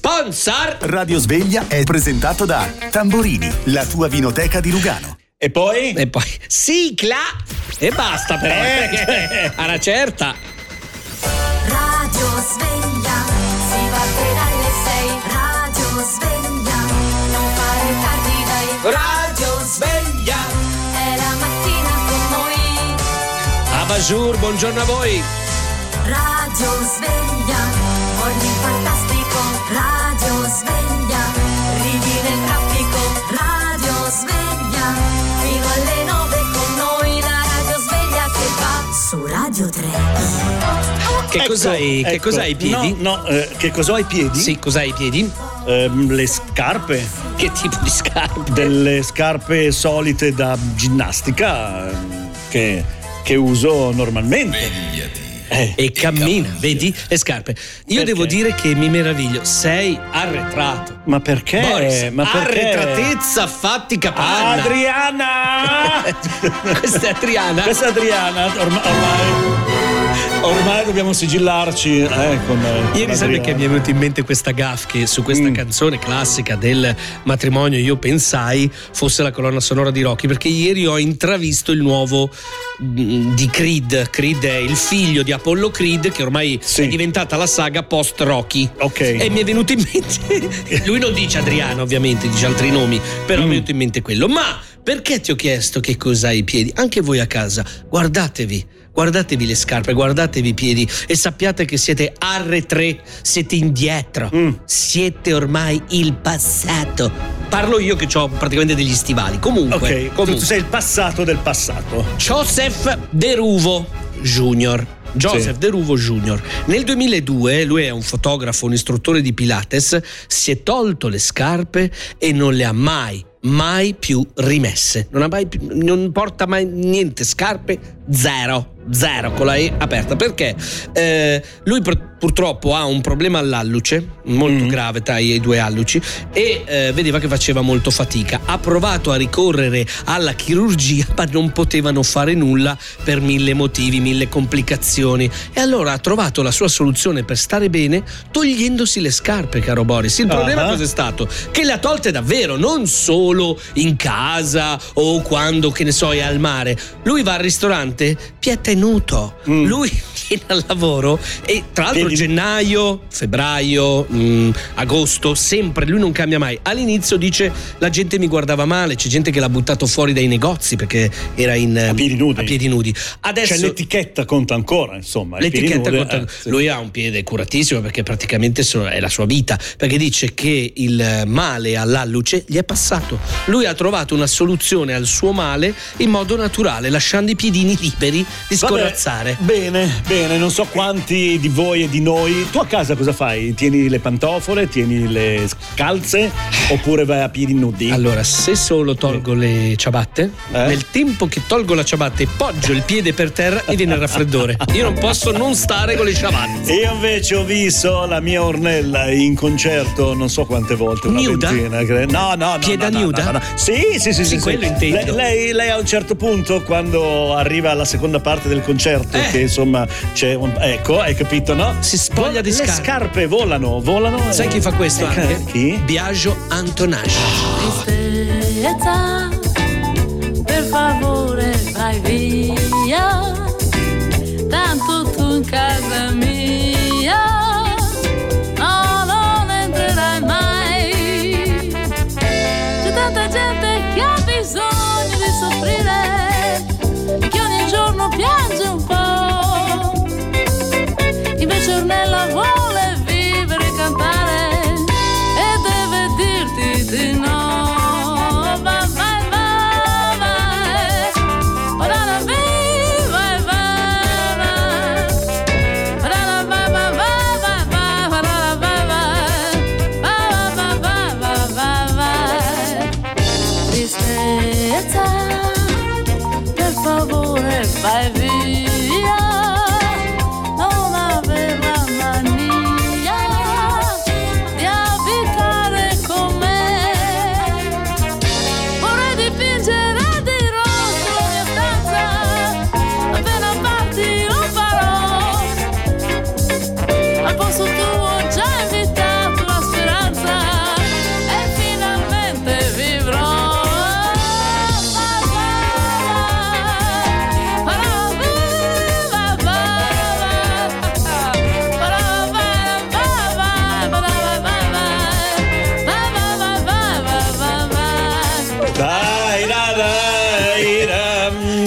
Sponsor! Radio Sveglia è presentato da Tamborini, la tua vinoteca di Lugano. E poi sigla! E basta però, perché a una certa. Radio Sveglia, si parte dalle 6. Radio Sveglia, non fare tardi dai. Radio Sveglia, è la mattina con noi. Abajur, buongiorno a voi. Radio Sveglia, ogni fantastico. Radio Sveglia, ridi nel traffico. Radio Sveglia, fino alle 9 con noi. La Radio Sveglia che va su Radio 3. Che cos'hai ai piedi? Che cosa ho ai piedi? Sì, cos'hai ai piedi? Le scarpe. Che tipo di scarpe? Delle scarpe solite da ginnastica che uso normalmente. E cammina, vedi? Le scarpe. Io devo dire che mi meraviglio. Sei arretrato. Ma perché? Boris, Ma perché? arretratezza fatti capanna. Adriana! Questa è Adriana. Questa è Adriana. Ormai dobbiamo sigillarci Ieri sai che mi è venuto in mente questa gaffe che su questa canzone classica del matrimonio io pensai fosse la colonna sonora di Rocky, perché ieri ho intravisto il nuovo di Creed. Creed è il figlio di Apollo Creed, che ormai è diventata la saga post Rocky. Ok. E mi è venuto in mente, lui non dice Adriano ovviamente, dice altri nomi, però mi è venuto in mente quello. Ma perché ti ho chiesto che cosa hai ai piedi? Anche voi a casa, guardatevi le scarpe, guardatevi i piedi e sappiate che siete R3, siete indietro, siete ormai il passato. Parlo io che ho praticamente degli stivali. Comunque. Tu sei il passato del passato. Joseph Deruvo Jr. Deruvo Jr. Nel 2002 lui è un fotografo, un istruttore di Pilates, si è tolto le scarpe e non le ha mai più rimesse. Non porta mai niente, scarpe zero con la E aperta, perché lui purtroppo ha un problema all'alluce molto grave tra i due alluci e vedeva che faceva molto fatica. Ha provato a ricorrere alla chirurgia, ma non potevano fare nulla per 1000 motivi, 1000 complicazioni, e allora ha trovato la sua soluzione per stare bene togliendosi le scarpe, caro Boris. Il problema cos'è stato? Che le ha tolte davvero, non solo in casa o quando, che ne so, è al mare. Lui va al ristorante, pietta e nudo. Lui viene al lavoro e tra l'altro gennaio, febbraio, agosto, sempre lui non cambia mai. All'inizio dice la gente mi guardava male, c'è gente che l'ha buttato fuori dai negozi perché era a piedi nudi. Adesso l'etichetta conta ancora, insomma. L'etichetta conta. Lui ha un piede curatissimo perché praticamente è la sua vita, perché dice che il male all'alluce gli è passato. Lui ha trovato una soluzione al suo male in modo naturale, lasciando i piedini liberi di scorazzare. Bene, non so quanti di voi e di noi. Tu a casa cosa fai? Tieni le pantofole, tieni le calze oppure vai a piedi nudi? Allora, se solo tolgo le ciabatte, nel tempo che tolgo la ciabatta e poggio il piede per terra mi viene il raffreddore. Io non posso non stare con le ciabatte. Io invece ho visto la mia Ornella in concerto non so quante volte, una ventina. No. Pieda nuda? No. Sì, quello intendo. Lei a un certo punto, quando arriva alla seconda parte del concerto, che insomma c'è ecco, hai capito, no? Si spoglia di scarpe. Le scarpe volano. Sai chi fa questo anche? Chi? Biagio Antonacci. Tristezza, per favore vai via, tanto tu in casa mia non entrerai mai. C'è tanta gente che ha bisogno di soffrire, che ogni giorno piange un po', invece Ornella vuole vivere e cantare e deve dirti di no. Tristezza, per favore vai via.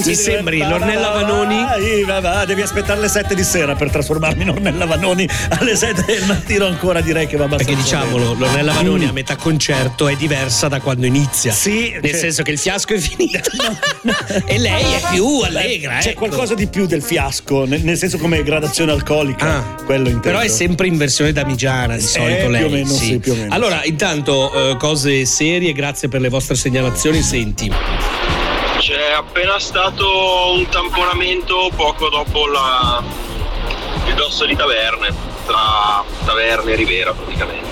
Ti sembri l'Ornella Vanoni? Devi aspettare le 7 di sera per trasformarmi in Ornella Vanoni alle 7 del mattino, ancora direi che va abbastanza. Perché diciamolo, l'Ornella Vanoni a metà concerto è diversa da quando inizia. Sì, nel senso che il fiasco è finito. E lei è più allegra. C'è qualcosa di più del fiasco, nel senso come gradazione alcolica. Quello intendo. Però è sempre in versione damigiana di solito lei. Più o meno, sì, più o meno. Allora, intanto, cose serie, grazie per le vostre segnalazioni. Senti. C'è appena stato un tamponamento poco dopo il dosso di Taverne, tra Taverne e Rivera praticamente,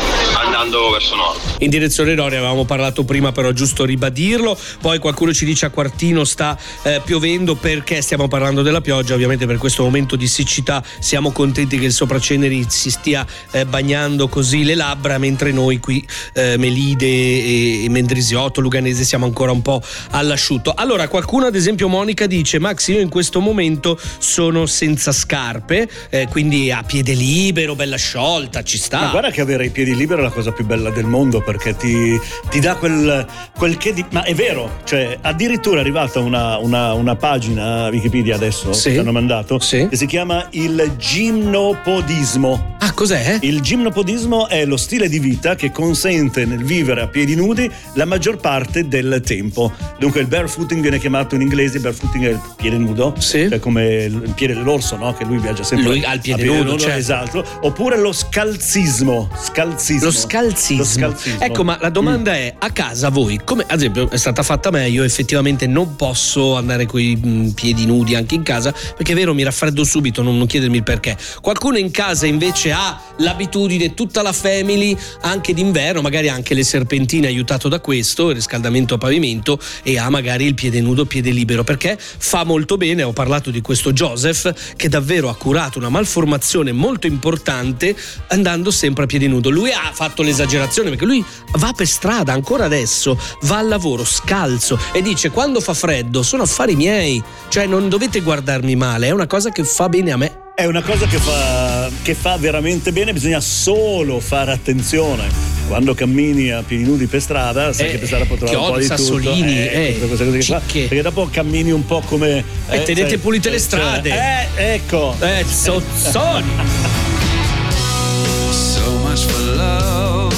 andando verso nord. In direzione Rori avevamo parlato prima, però è giusto ribadirlo. Poi qualcuno ci dice a Quartino sta piovendo, perché stiamo parlando della pioggia. Ovviamente per questo momento di siccità siamo contenti che il Sopraceneri si stia bagnando così le labbra, mentre noi qui Melide e Mendrisiotto, Luganese, siamo ancora un po' all'asciutto. Allora qualcuno, ad esempio Monica, dice: Max, io in questo momento sono senza scarpe, quindi a piede libero, bella sciolta, ci sta. Ma guarda che avere i piedi liberi è la cosa più bella del mondo, perché ti dà quel che di... Ma è vero, cioè addirittura è arrivata una pagina Wikipedia adesso, sì, che hanno mandato, sì, che si chiama il gimnopodismo. Ah, cos'è? Il gimnopodismo è lo stile di vita che consente nel vivere a piedi nudi la maggior parte del tempo. Dunque il barefooting viene chiamato in inglese, barefooting è il piede nudo, sì, cioè come il piede dell'orso, no? Che lui viaggia sempre al piede nudo, certo. Esatto. Oppure lo scalzismo. Lo scalzismo. Ecco, ma la domanda è: a casa voi, come ad esempio è stata fatta a me, io effettivamente non posso andare coi piedi nudi anche in casa, perché è vero, mi raffreddo subito, non chiedermi il perché. Qualcuno in casa invece ha l'abitudine, tutta la family, anche d'inverno, magari anche le serpentine, aiutato da questo, il riscaldamento a pavimento, e ha magari il piede nudo, piede libero, perché fa molto bene. Ho parlato di questo Joseph che davvero ha curato una malformazione molto importante andando sempre a piede nudo. Lui ha fatto l'esagerazione, perché lui va per strada ancora adesso, va al lavoro scalzo e dice: quando fa freddo sono affari miei, cioè non dovete guardarmi male, è una cosa che fa bene a me. È una cosa che fa veramente bene, bisogna solo fare attenzione quando cammini a piedi nudi per strada, sai che per strada può trovare un po' di sassolini, tutto, queste cose qua, perché dopo cammini un po' come tenete pulite le strade, ecco, sozzoni. So much for love,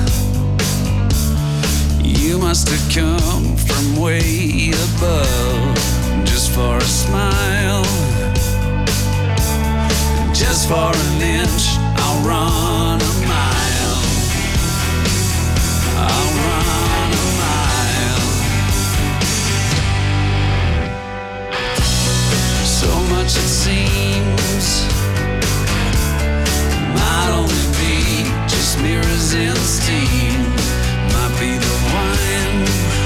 you must have come from way above, just for a smile, just for an inch, I'll run a mile, I'll run a mile. So much it seems might only be just mirrors and steam, might be the wine,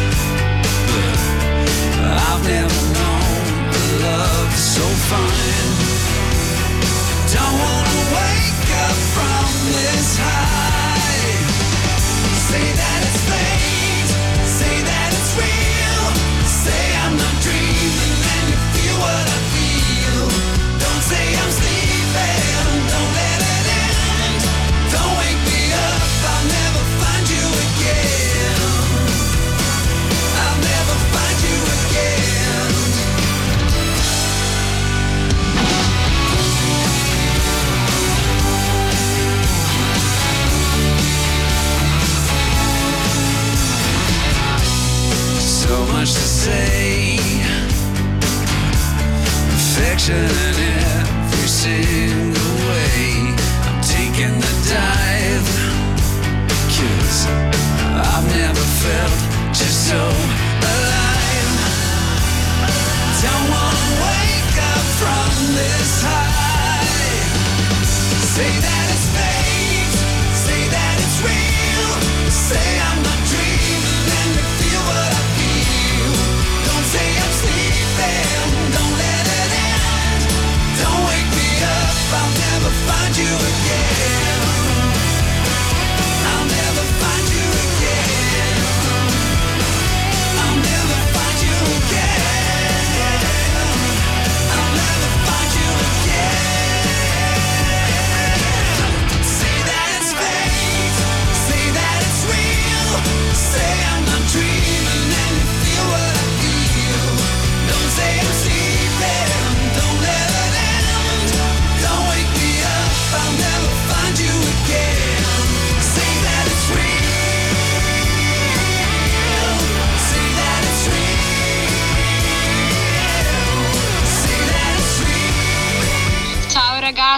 but I've never known a love so fine. Don't wanna wake up from this high, say that it's fate, say that it's real, say I'm not dreaming and you feel what I feel. Don't say I'm sleeping, don't let it end, don't wake me up, I'll never find you again, I'll never find you again. So much to say, affection in every single way. I'm taking the dive, 'cause I've never felt just so alive. Don't wanna wake up from this high, say that it's fate, say that it's real, say I'm not dreaming and you feel what I feel. Don't say I'm sleeping, don't let it end, don't wake me up, I'll never find you again, I'll never find you again, I'll never find you again, I'll never find you again.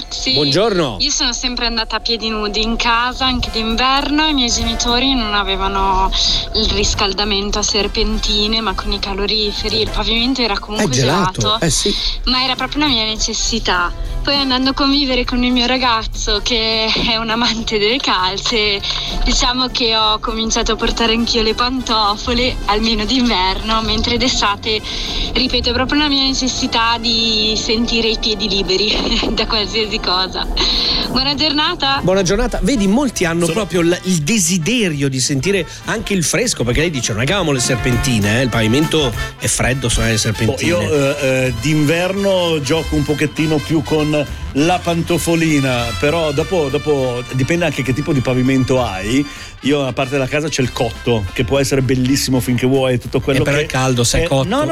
ragazzi. Buongiorno. Io sono sempre andata a piedi nudi in casa, anche d'inverno. I miei genitori non avevano il riscaldamento a serpentine, ma con i caloriferi. Il pavimento era comunque gelato. Sì. Ma era proprio una mia necessità. Poi andando a convivere con il mio ragazzo, che è un amante delle calze, diciamo che ho cominciato a portare anch'io le pantofole, almeno d'inverno, mentre d'estate, ripeto, è proprio una mia necessità di sentire i piedi liberi da qualsiasi cosa. Buona giornata. Buona giornata. Vedi, molti hanno proprio il desiderio di sentire anche il fresco, perché lei dice non è che avevamo le serpentine, il pavimento è freddo, sono le serpentine. Io d'inverno gioco un pochettino più con la pantofolina, però dopo dipende anche che tipo di pavimento hai. Io a parte della casa c'è il cotto, che può essere bellissimo finché vuoi, tutto quello però che è caldo, se è cotto. No.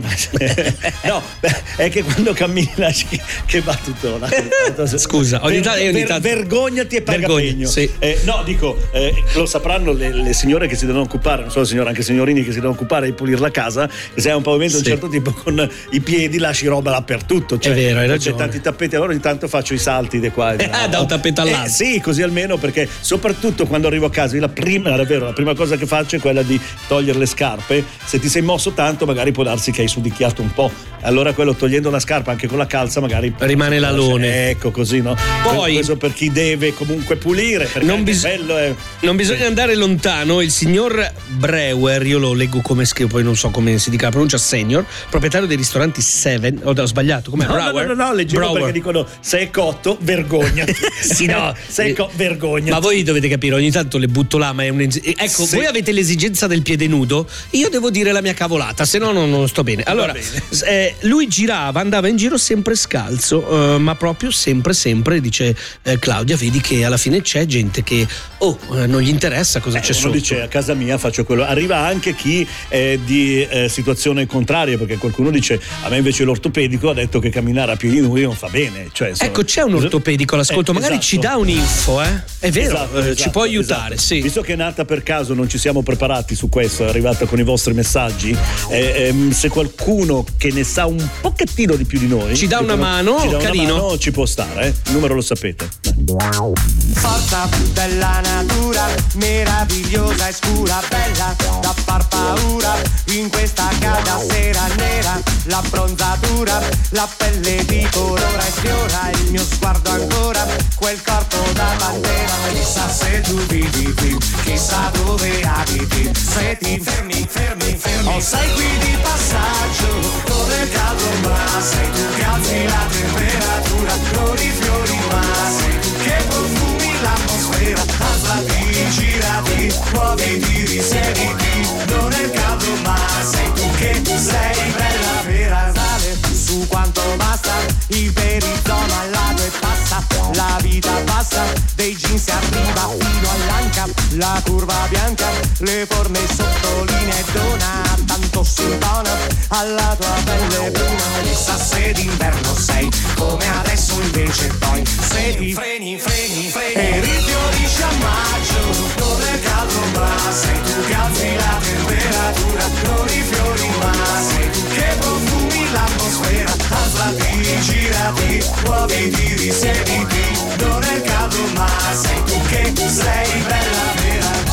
No, è che quando cammini lasci che va tutto là. Scusa, ogni tanto vergognati e paga pegno. Sì. No, dico, lo sapranno le signore che si devono occupare, non solo signore, anche signorini che si devono occupare di pulire la casa, che se hai un pavimento di un certo tipo con i piedi lasci roba dappertutto, cioè, è vero, hai ragione. C'è tanti tappeti, allora ogni tanto faccio i salti di qua e da un tappeto all'altro. Sì, così almeno, perché soprattutto quando arrivo a casa la prima cosa che faccio è quella di togliere le scarpe. Se ti sei mosso tanto magari può darsi che hai sudicchiato un po', allora quello, togliendo la scarpa anche con la calza, magari rimane l'alone, ecco, così, no? Poi questo per chi deve comunque pulire, perché non bisogna andare lontano. Il signor Breuer, io lo leggo come scritto, poi non so come si dica la pronuncia, senior, proprietario dei ristoranti Seven. Ho sbagliato, com'è? No, leggevo perché dicono se è cotto vergogna. Sì, no, vergogna. Ma voi dovete capire, ogni tanto le butto là, ma è ecco, voi avete l'esigenza del piede nudo, io devo dire la mia cavolata, se no non sto bene. Allora, lui andava in giro sempre scalzo, ma proprio sempre, dice Claudia, vedi che alla fine c'è gente che non gli interessa cosa c'è sotto. Dice a casa mia faccio quello. Arriva anche chi è di situazione contraria, perché qualcuno dice a me invece l'ortopedico ha detto che camminare a piedi nudi non fa bene, cioè, ecco, c'è un ortopedico all'ascolto, magari ci dà un'info, è vero, ci può aiutare, sì. Visto che è nata per caso, non ci siamo preparati su questo, è arrivata con i vostri messaggi, se qualcuno che ne sa un pochettino di più di noi ci dà una mano, carino, ci può stare, il numero lo sapete. Forza della natura, meravigliosa e scura, bella da far paura, in questa calda sera nera, la bronzatura, la pelle di colore sfiora, il mio sguardo ancora, quel corpo da bandera, chissà se tu vivi qui, chissà dove abiti, se ti fermi, o sei qui di passaggio, dove è caldo ma sei tu che alzi la temperatura, con i fiori ma sei tu che profumi l'atmosfera, alzati, girati, muoviti, risiediti, non è caldo ma sei tu che sei bella vera, sale su quanto basta, il perizoma al lato e passa, la vita passa, dei jeans si arriva fino all'anca, la curva bianca, le forme sottolinea e dona, tanto si intona alla tua pelle bruna, chissà se d'inverno sei come adesso invece poi, se ti freni e rinfiorisci a maggio, dove è caldo ma sei tu che alzi la temperatura, con i fiori ma sei tu che profumi l'atmosfera, alzati, girati, muoviti, risiediti, non è caldo ma sei tu che sei bella vera.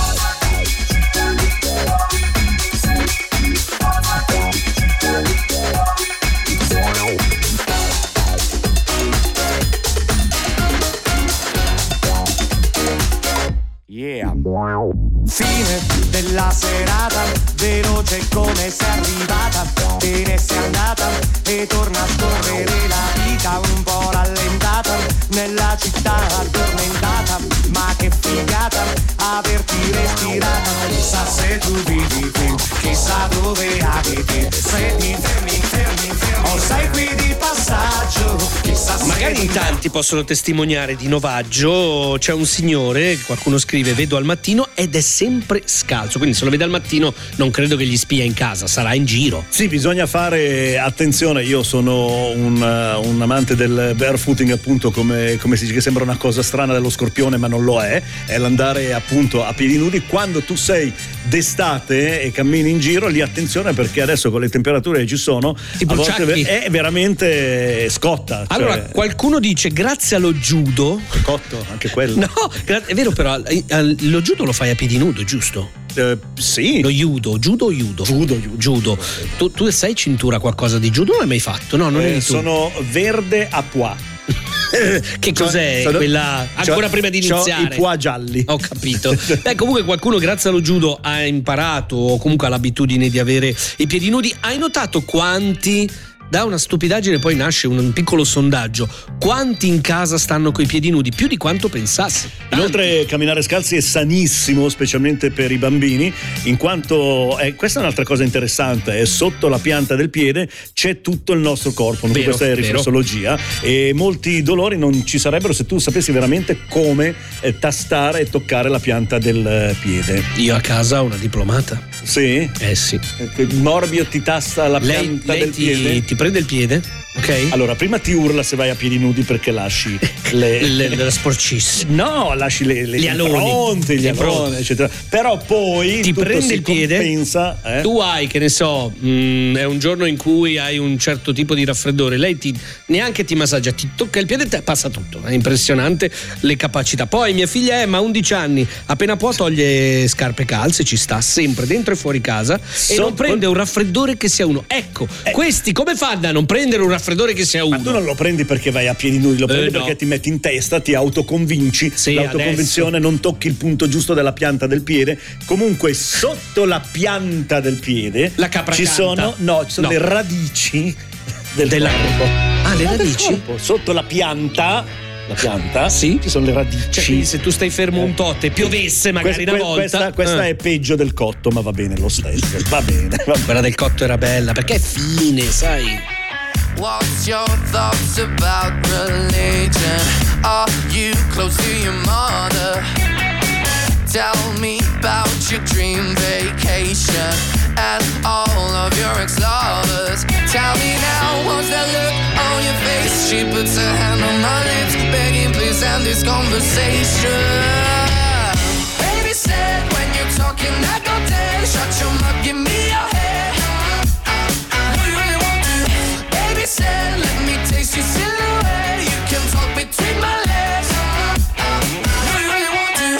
Yeah. Fine della serata, veloce come sei arrivata, te ne sei andata e torna a scorrere la vita un po' rallentata, nella città addormentata, ma che figata averti respirata, chissà se tu vivi qui, chissà dove abiti, se ti fermi, o sei qui di passaggio, chissà se magari in tanti possono testimoniare di Novaggio. C'è un signore, qualcuno scrive, vedo al mattino ed è sempre scalzo, quindi se lo vede al mattino non credo che gli spia in casa, sarà in giro. Sì, bisogna fare attenzione. Io sono un amante del barefooting, appunto, come si dice, che sembra una cosa strana dello scorpione ma non lo è l'andare appunto a piedi nudi quando tu sei d'estate e cammini in giro. Lì attenzione, perché adesso con le temperature che ci sono a volte è veramente scotta, allora cioè... Qualcuno dice grazie allo judo. Cotto, anche quello. No, è vero, però lo judo lo fai a piedi nudo, giusto? Sì. Lo judo. Judo. Tu sei cintura qualcosa di judo? Non l'hai mai fatto? No, non eri tu. Sono verde a pois. Che cos'è? Quella ancora prima di iniziare? I pois gialli. Ho capito. Beh, comunque qualcuno grazie allo judo ha imparato o comunque ha l'abitudine di avere i piedi nudi. Hai notato quanti? Da una stupidaggine poi nasce un piccolo sondaggio. Quanti in casa stanno coi piedi nudi? Più di quanto pensassi. Inoltre camminare scalzi è sanissimo, specialmente per i bambini, in quanto questa è un'altra cosa interessante, è sotto la pianta del piede c'è tutto il nostro corpo, vero, questa è riflessologia, e molti dolori non ci sarebbero se tu sapessi veramente come tastare e toccare la pianta del piede. Io a casa ho una diplomata. Sì? Sì. Norbio ti tasta la pianta del piede? Ti prende il piede, ok? Allora, prima ti urla se vai a piedi nudi perché lasci le sporcissime. No, lasci gli aloni, eccetera. Però poi ti prende il piede. Compensa, Tu hai, che ne so, è un giorno in cui hai un certo tipo di raffreddore. Lei neanche ti massaggia, ti tocca il piede e te passa tutto. È impressionante le capacità. Poi mia figlia Emma, 11 anni, appena può toglie scarpe e calze, ci sta sempre dentro e fuori casa e non prende un raffreddore che sia uno. Ecco, questi come fanno a non prendere un raffreddore che sia uno? Ma tu non lo prendi perché vai a piedi nudi, lo prendi perché ti metti in testa, ti autoconvinci. Sì, l'autoconvinzione, non tocchi il punto giusto della pianta del piede. Comunque sotto la pianta del piede la capra ci sono le radici della corpo. Ah, le radici? Sotto la pianta sì, ci sono le radici. Cioè, se tu stai fermo un tot e piovesse magari una volta. Questa è peggio del cotto, ma va bene lo stesso. Va bene. Quella del cotto era bella perché è fine, sai. What's your thoughts about religion? Are you close to your mother? Tell me about your dream vacation and all of your ex-lovers. Tell me now, what's that look on your face? She puts her hand on my lips, begging please end this conversation. Baby said when you're talking I go dead. Shut your mouth, give me your head. What you really want to? Baby said let me taste your silhouette. You can talk between my legs. What you really want to?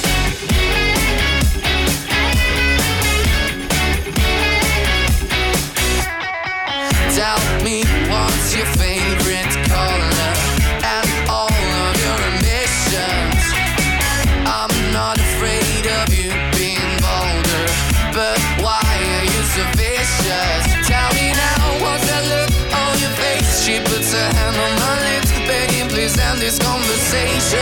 Tell me what's your favorite color and all of your ambitions. I'm not afraid of you being bolder, but why are you so vicious? Tell me now, what's that look on your face? She puts her hand on my lips, begging please end this conversation.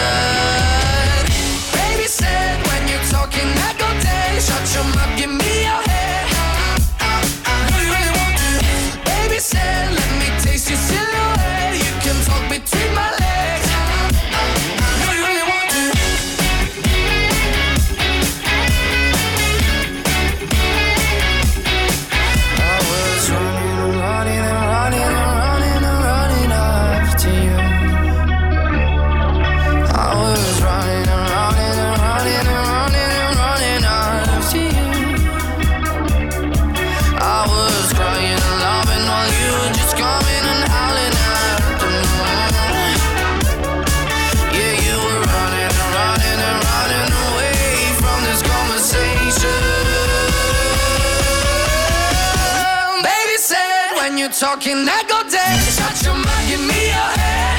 Baby said when you're talking I go dead. Shut your mouth, give me your head. Said, let me taste your silhouette. You can talk between my legs. No, you really want to. I was running after you. I was running after you. I was crying and loving while you were just coming and howling at the moon. Yeah, you were running away from this conversation. Baby said when you're talking I go dead. Shut your mouth, give me your head.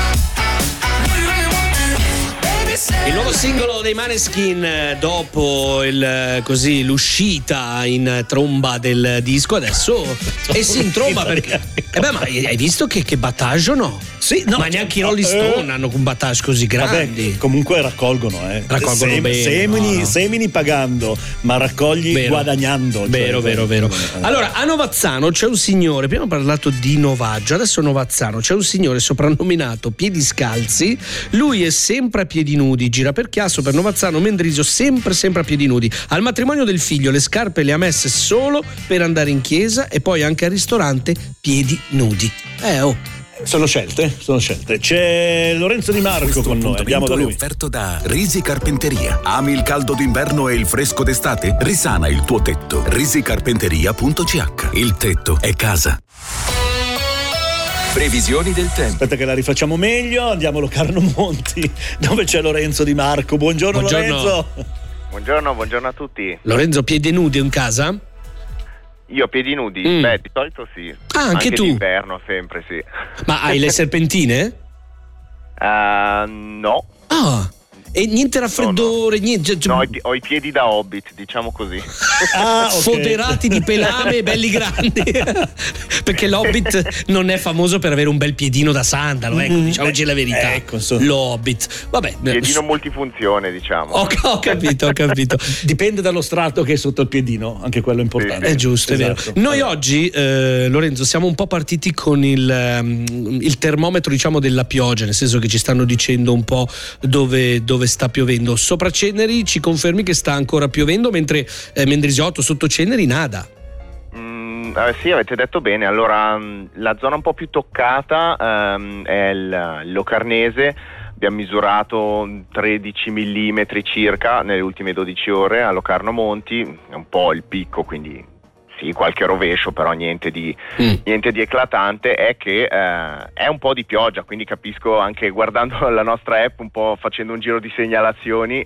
Il nuovo singolo dei Maneskin dopo l'uscita in tromba del disco adesso si in tromba perché ma hai visto che battage o no? Sì, no, ma neanche i Rolling Stone hanno un battage così grandi. Vabbè, comunque raccolgono bene, semini pagando, ma raccogli guadagnando. Vero. Allora a Novazzano c'è un signore, prima ho parlato di Novaggio, adesso Novazzano c'è un signore soprannominato Piedi Scalzi. Lui è sempre a piedi nudi, gira per Chiasso, per Novazzano, Mendrisio, sempre a piedi nudi. Al matrimonio del figlio le scarpe le ha messe solo per andare in chiesa e poi anche al ristorante piedi nudi. Sono scelte. C'è Lorenzo Di Marco con noi, andiamo da lui. È offerto da Risi Carpenteria. Ami il caldo d'inverno e il fresco d'estate? Risana il tuo tetto. risicarpenteria.ch. Il tetto è casa. Previsioni del tempo. Aspetta che la rifacciamo meglio, andiamo a Locarno Monti, dove c'è Lorenzo Di Marco. Buongiorno. Lorenzo. Buongiorno a tutti. Lorenzo, piedi nudi in casa? Io piedi nudi? Beh, di solito sì. Anche tu? D'inverno sempre, sì. Ma hai le serpentine? No. Ah, e niente raffreddore, niente. No, ho i piedi da hobbit, diciamo così. Okay. Foderati di pelame e belli grandi. Perché l'hobbit non è famoso per avere un bel piedino da sandalo, ecco, diciamoci la verità. Ecco, l'hobbit. Vabbè. Piedino multifunzione, diciamo. Ho capito. Dipende dallo strato che è sotto il piedino, anche quello è importante. È giusto, esatto. È vero. Noi oggi, Lorenzo, siamo un po' partiti con il termometro, diciamo, della pioggia, nel senso che ci stanno dicendo un po' dove sta piovendo. Sopra Ceneri ci confermi che sta ancora piovendo, mentre Mendrisiotto, sotto Ceneri, nada. Sì, avete detto bene. Allora, la zona un po' più toccata è il Locarnese. Abbiamo misurato 13 mm circa nelle ultime 12 ore a Locarno Monti, è un po' il picco, quindi sì, qualche rovescio, però niente di eclatante. È che è un po' di pioggia, quindi capisco, anche guardando la nostra app, un po' facendo un giro di segnalazioni,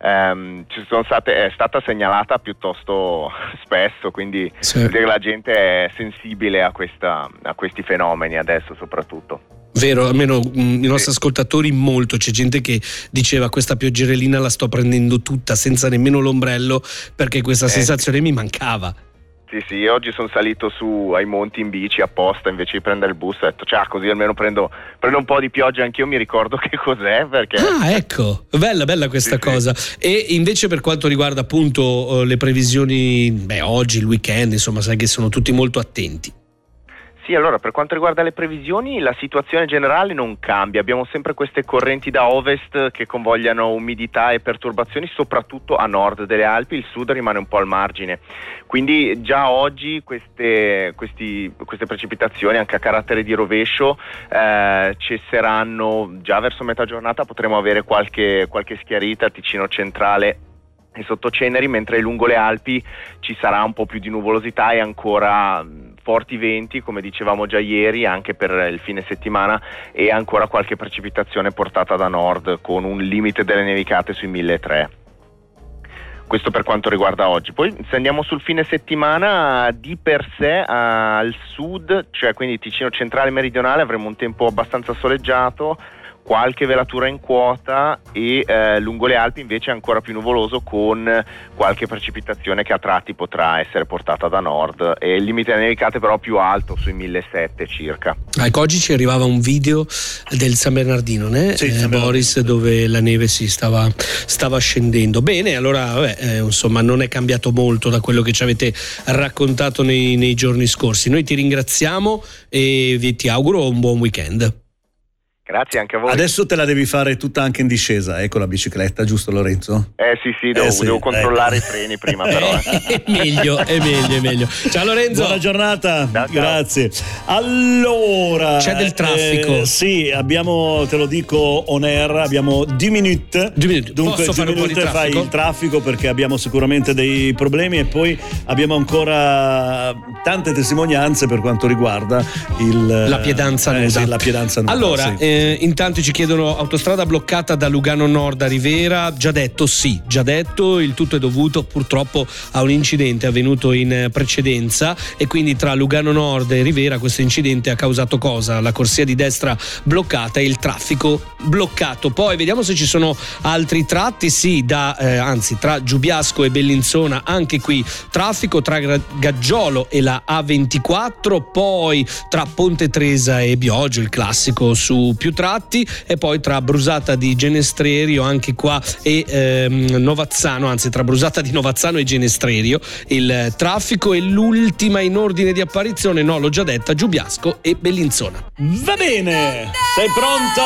è stata segnalata piuttosto spesso, quindi sì. Che la gente è sensibile a questi fenomeni adesso soprattutto. Vero, almeno i nostri ascoltatori molto, c'è gente che diceva questa pioggerellina la sto prendendo tutta senza nemmeno l'ombrello perché questa sensazione mi mancava. Sì, oggi sono salito su ai monti in bici apposta invece di prendere il bus, ho detto così almeno prendo un po' di pioggia, anch'io mi ricordo che cos'è, perché... Ah, ecco, bella questa cosa. E invece per quanto riguarda appunto le previsioni, oggi, il weekend, insomma, sai che sono tutti molto attenti. Sì, allora per quanto riguarda le previsioni la situazione generale non cambia, abbiamo sempre queste correnti da ovest che convogliano umidità e perturbazioni soprattutto a nord delle Alpi, il sud rimane un po' al margine, quindi già oggi queste precipitazioni anche a carattere di rovescio cesseranno già verso metà giornata, potremo avere qualche schiarita al Ticino centrale e sotto Ceneri, mentre lungo le Alpi ci sarà un po' più di nuvolosità e ancora forti venti, come dicevamo già ieri, anche per il fine settimana, e ancora qualche precipitazione portata da nord con un limite delle nevicate sui 1300. Questo per quanto riguarda oggi. Poi se andiamo sul fine settimana, di per sé al sud, cioè quindi Ticino centrale e meridionale, avremo un tempo abbastanza soleggiato, qualche velatura in quota e lungo le Alpi invece è ancora più nuvoloso con qualche precipitazione che a tratti potrà essere portata da nord e il limite delle nevicate però più alto sui 1700 circa. Ecco, oggi ci arrivava un video del San Bernardino, né? Sì, Boris, dove la neve si stava scendendo. Bene, allora insomma non è cambiato molto da quello che ci avete raccontato nei giorni scorsi. Noi ti ringraziamo e ti auguro un buon weekend. Grazie anche a voi. Adesso te la devi fare tutta anche in discesa, con la bicicletta, giusto Lorenzo? Sì, devo controllare i freni prima però. È meglio. Ciao Lorenzo. Buona giornata. Ciao. Grazie. Allora, c'è del traffico. Sì, abbiamo, te lo dico on air, abbiamo 10 minuti. Dunque posso fare un po' di traffico? Fai il traffico perché abbiamo sicuramente dei problemi e poi abbiamo ancora tante testimonianze per quanto riguarda la piedanza nuda. Sì, la piedanza nuda. Allora, sì. Intanto ci chiedono autostrada bloccata da Lugano Nord a Rivera. Già detto, il tutto è dovuto purtroppo a un incidente avvenuto in precedenza e quindi tra Lugano Nord e Rivera questo incidente ha causato cosa? La corsia di destra bloccata e il traffico bloccato. Poi vediamo se ci sono altri tratti. Tra Giubiasco e Bellinzona anche qui traffico, tra Gaggiolo e la A24, poi tra Ponte Tresa e Bioggio, il classico su più tratti, e poi tra Brusata di Genestrerio anche qua e Novazzano, anzi tra Brusata di Novazzano e Genestrerio il traffico, e l'ultima in ordine di apparizione, l'ho già detta, Giubiasco e Bellinzona. Va bene, sei pronto?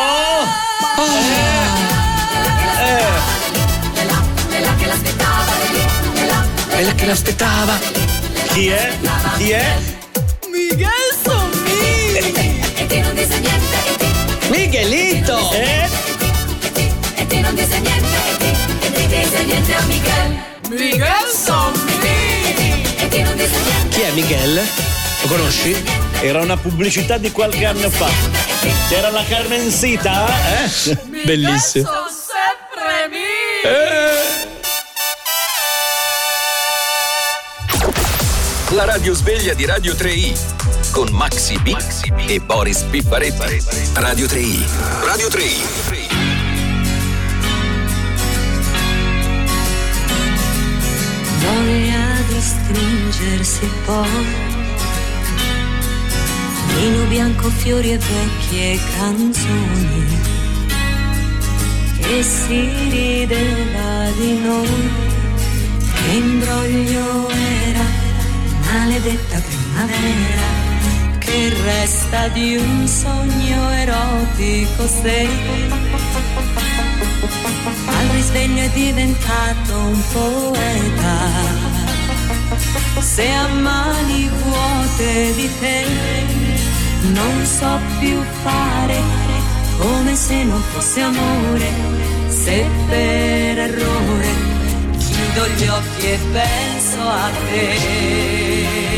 Quella che l'aspettava. Chi è? Miguel Sommi. E te non dice niente, Miguelito. e te non dice niente, e te dice niente a Miguel. Miguel Sommi. E te non dice niente. Chi è Miguel? Lo conosci? Era una pubblicità di qualche anno fa. C'era la Carmencita, Bellissimo. La radio sveglia di Radio 3i con Maxi B e Boris Pipparetti. Radio 3i. Radio 3i. Voglia di stringersi poi, vino bianco, fiori e vecchie canzoni, e si rideva di noi. Che imbroglio era, maledetta primavera, che resta di un sogno erotico se al risveglio è diventato un poeta. Se a mani vuote di te non so più fare, come se non fosse amore, se per errore chiudo gli occhi e penso a te.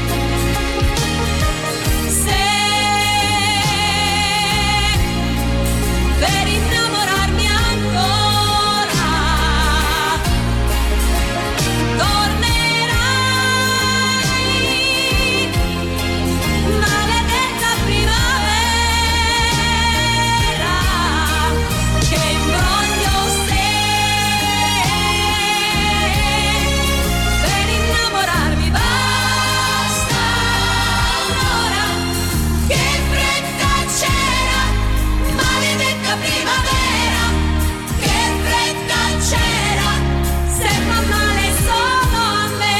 Per innamorarmi ancora tornerai, maledetta primavera, che imbroglio sei. Per innamorarmi basta un'ora, che fretta c'era, maledetta primavera, che fretta c'era, se fa male solo a me.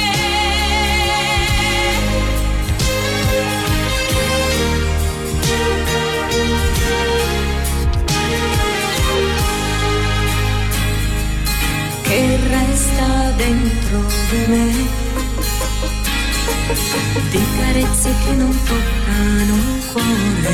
Che resta dentro di me, di carezze che non toccano il cuore.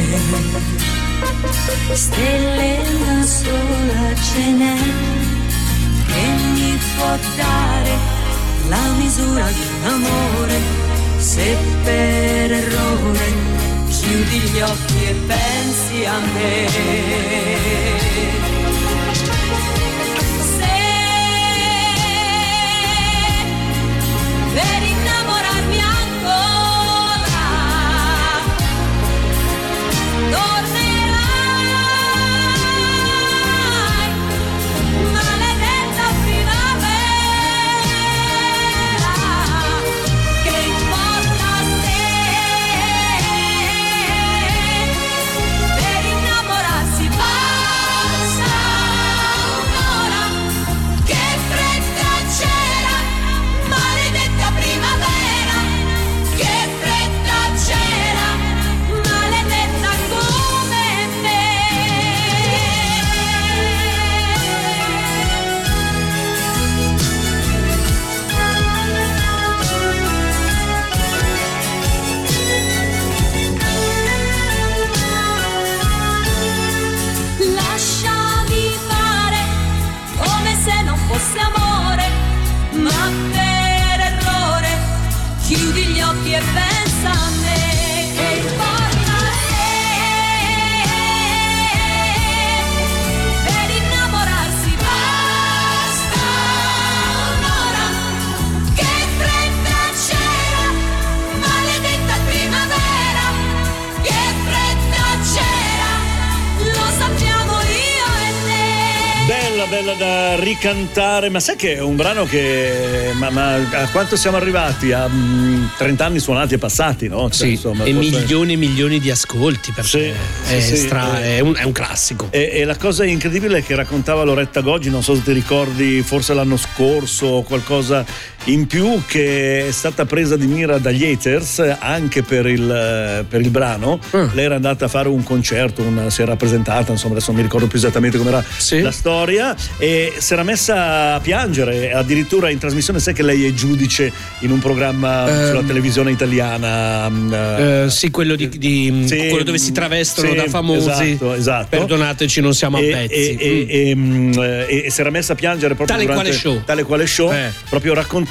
Stelle una sola ce n'è, che mi può dare la misura di un amore, se per errore chiudi gli occhi e pensi a me. Per innamorarmi ancora tornerai, maledetta primavera, che importa se per innamorarsi basta un'ora, che fretta c'era, maledetta primavera, che fretta c'era, maledetta come me. Lasciami fare come se non fosse amore, ma per errore chiudi gli occhi e pensa a me. Che importa se per innamorarsi basta un'ora, che fretta c'era, maledetta primavera, che fretta c'era, lo sappiamo io e te. Bella da ricantare, ma sai che è un brano che ma a quanto siamo arrivati? A 30 anni suonati e passati, no? Cioè, Sì, insomma, e forse... milioni e milioni di ascolti, perché è un classico. E la cosa incredibile è che raccontava Loretta Goggi, non so se ti ricordi, forse l'anno scorso o qualcosa in più, che è stata presa di mira dagli haters anche per il brano. Lei era andata a fare un concerto, si era presentata, insomma adesso non mi ricordo più esattamente com'era la storia, e si era messa a piangere, addirittura in trasmissione. Sai che lei è giudice in un programma sulla televisione italiana, sì, quello quello dove si travestono da famosi. Esatto. Perdonateci, non siamo a pezzi. E si era messa a piangere proprio Tale durante quale show, proprio raccontando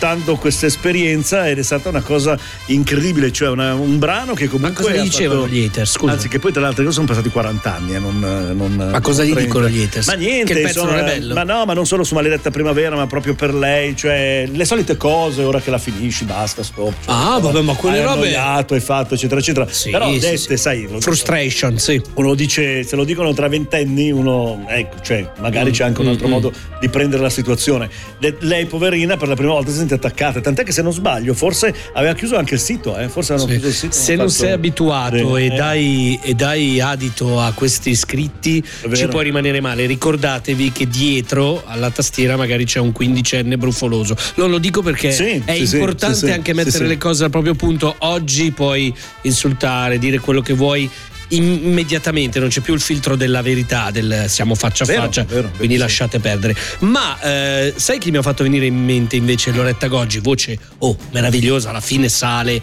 raccontando questa esperienza ed è stata una cosa incredibile, cioè un brano che comunque. Ma cosa gli dicevano gli haters? Scusa. Anzi, che poi tra l'altro sono passati 40 anni ma cosa gli dicono gli haters? Ma niente, che il pezzo non è bello. Ma no, ma non solo su Maledetta Primavera, ma proprio per lei, cioè le solite cose, ora che la finisci, basta, stop. Cioè, vabbè, ma quelle robe hai fatto, eccetera, eccetera. Sì, però dette, sì. sai, frustration, sì. Uno dice, se lo dicono tra ventenni, uno, ecco, cioè magari c'è anche un altro modo di prendere la situazione. Lei, poverina, per la prima volta si sente attaccata, tant'è che se non sbaglio, forse aveva chiuso anche il sito, forse hanno chiuso il sito. Se non sei abituato e dai adito a questi iscritti, ci puoi rimanere male. Ricordatevi che dietro alla tastiera magari c'è un 15enne brufoloso. Lo dico perché è importante anche mettere le cose al proprio punto. Oggi puoi insultare, dire quello che vuoi immediatamente, non c'è più il filtro della verità, del siamo faccia a faccia, quindi lasciate perdere. Ma sai chi mi ha fatto venire in mente invece? Loretta Goggi, voce meravigliosa, alla fine sale.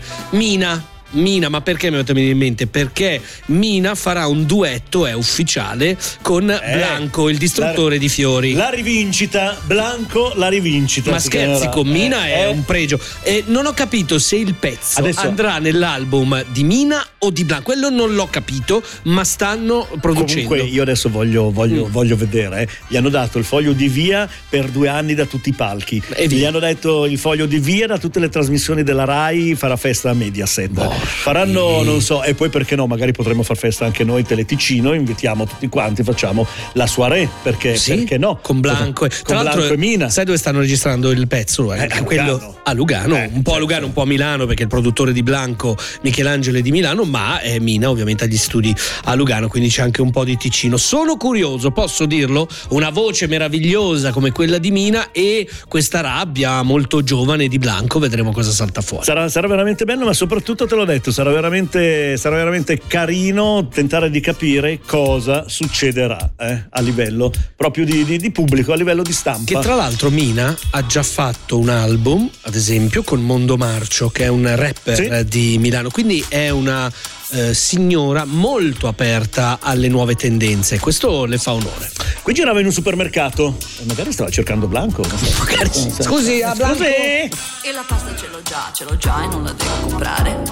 Mina, ma perché mi è venuto in mente? Perché Mina farà un duetto, è ufficiale, con Blanco, il distruttore di fiori. La rivincita, Blanco, la rivincita. Ma scherzi, con Mina è un pregio. Non ho capito se il pezzo andrà nell'album di Mina o di Blanco. Quello non l'ho capito, ma stanno producendo. Comunque io adesso voglio vedere. Gli hanno dato il foglio di via per 2 anni da tutti i palchi. Gli hanno detto il foglio di via da tutte le trasmissioni della Rai, farà festa a Mediaset. Faranno, non so, e poi perché no, magari potremmo far festa anche noi Teleticino, invitiamo tutti quanti, facciamo la soirée, perché no? Con Blanco. Tra l'altro, e Mina. Sai dove stanno registrando il pezzo? Quello a Lugano, un po' a Lugano, un po' a Milano, perché il produttore di Blanco, Michelangelo, è di Milano, ma Mina ovviamente agli studi a Lugano, quindi c'è anche un po' di Ticino. Sono curioso, posso dirlo, una voce meravigliosa come quella di Mina e questa rabbia molto giovane di Blanco, vedremo cosa salta fuori. Sarà veramente bello, ma soprattutto te l'ho detto, sarà veramente carino tentare di capire cosa succederà a livello proprio di pubblico, a livello di stampa. Che tra l'altro Mina ha già fatto un album, ad esempio, con Mondo Marcio, che è un rapper di Milano, quindi è una signora molto aperta alle nuove tendenze, questo le fa onore. Qui girava in un supermercato, magari stava cercando Blanco. Scusi, a Blanco. E la pasta ce l'ho già e non la devo comprare.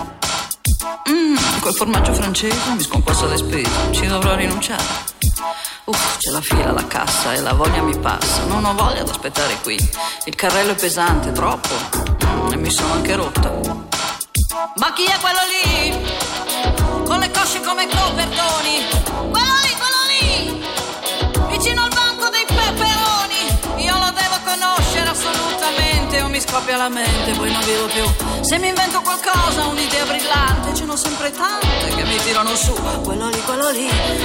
Quel formaggio francese mi sconquassa le spese, ci dovrò rinunciare. C'è la fila alla cassa e la voglia mi passa, non ho voglia di aspettare qui. Il carrello è pesante, troppo, e mi sono anche rotta. Ma chi è quello lì? Con le cosce come copertoni. Quello lì, vicino al banco dei peperoni. Io lo devo conoscere assolutamente, o mi scoppia la mente, poi non vivo più. Se mi invento qualcosa, un'idea brillante, ce n'ho sempre tante che mi tirano su. Quello lì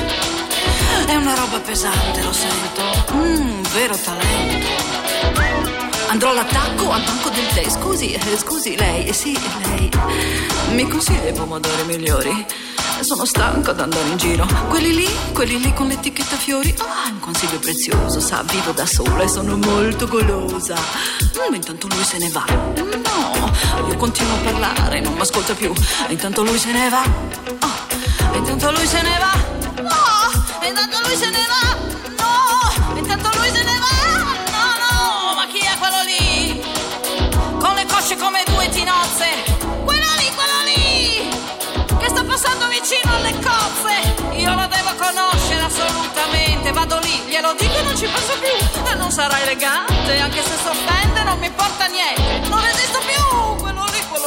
è una roba pesante, lo sento, vero talento. Andrò all'attacco al banco del tè. Scusi, lei, lei mi consiglia i pomodori migliori? Sono stanco ad andare in giro. Quelli lì con l'etichetta fiori. Un consiglio prezioso, sa, vivo da sola e sono molto golosa. Intanto lui se ne va. No, io continuo a parlare, non mi ascolta più. Intanto lui se ne va. Intanto lui se ne va. Intanto lui se ne va. No, intanto lui se ne va. No, ma chi è quello lì? Con le cosce come 2 tinozze. Quello lì che sta passando vicino alle cozze. Io lo devo conoscere assolutamente. Vado lì, glielo dico e non ci penso più. E non sarà elegante, anche se s'offende non mi importa niente. Non resisto più. Quello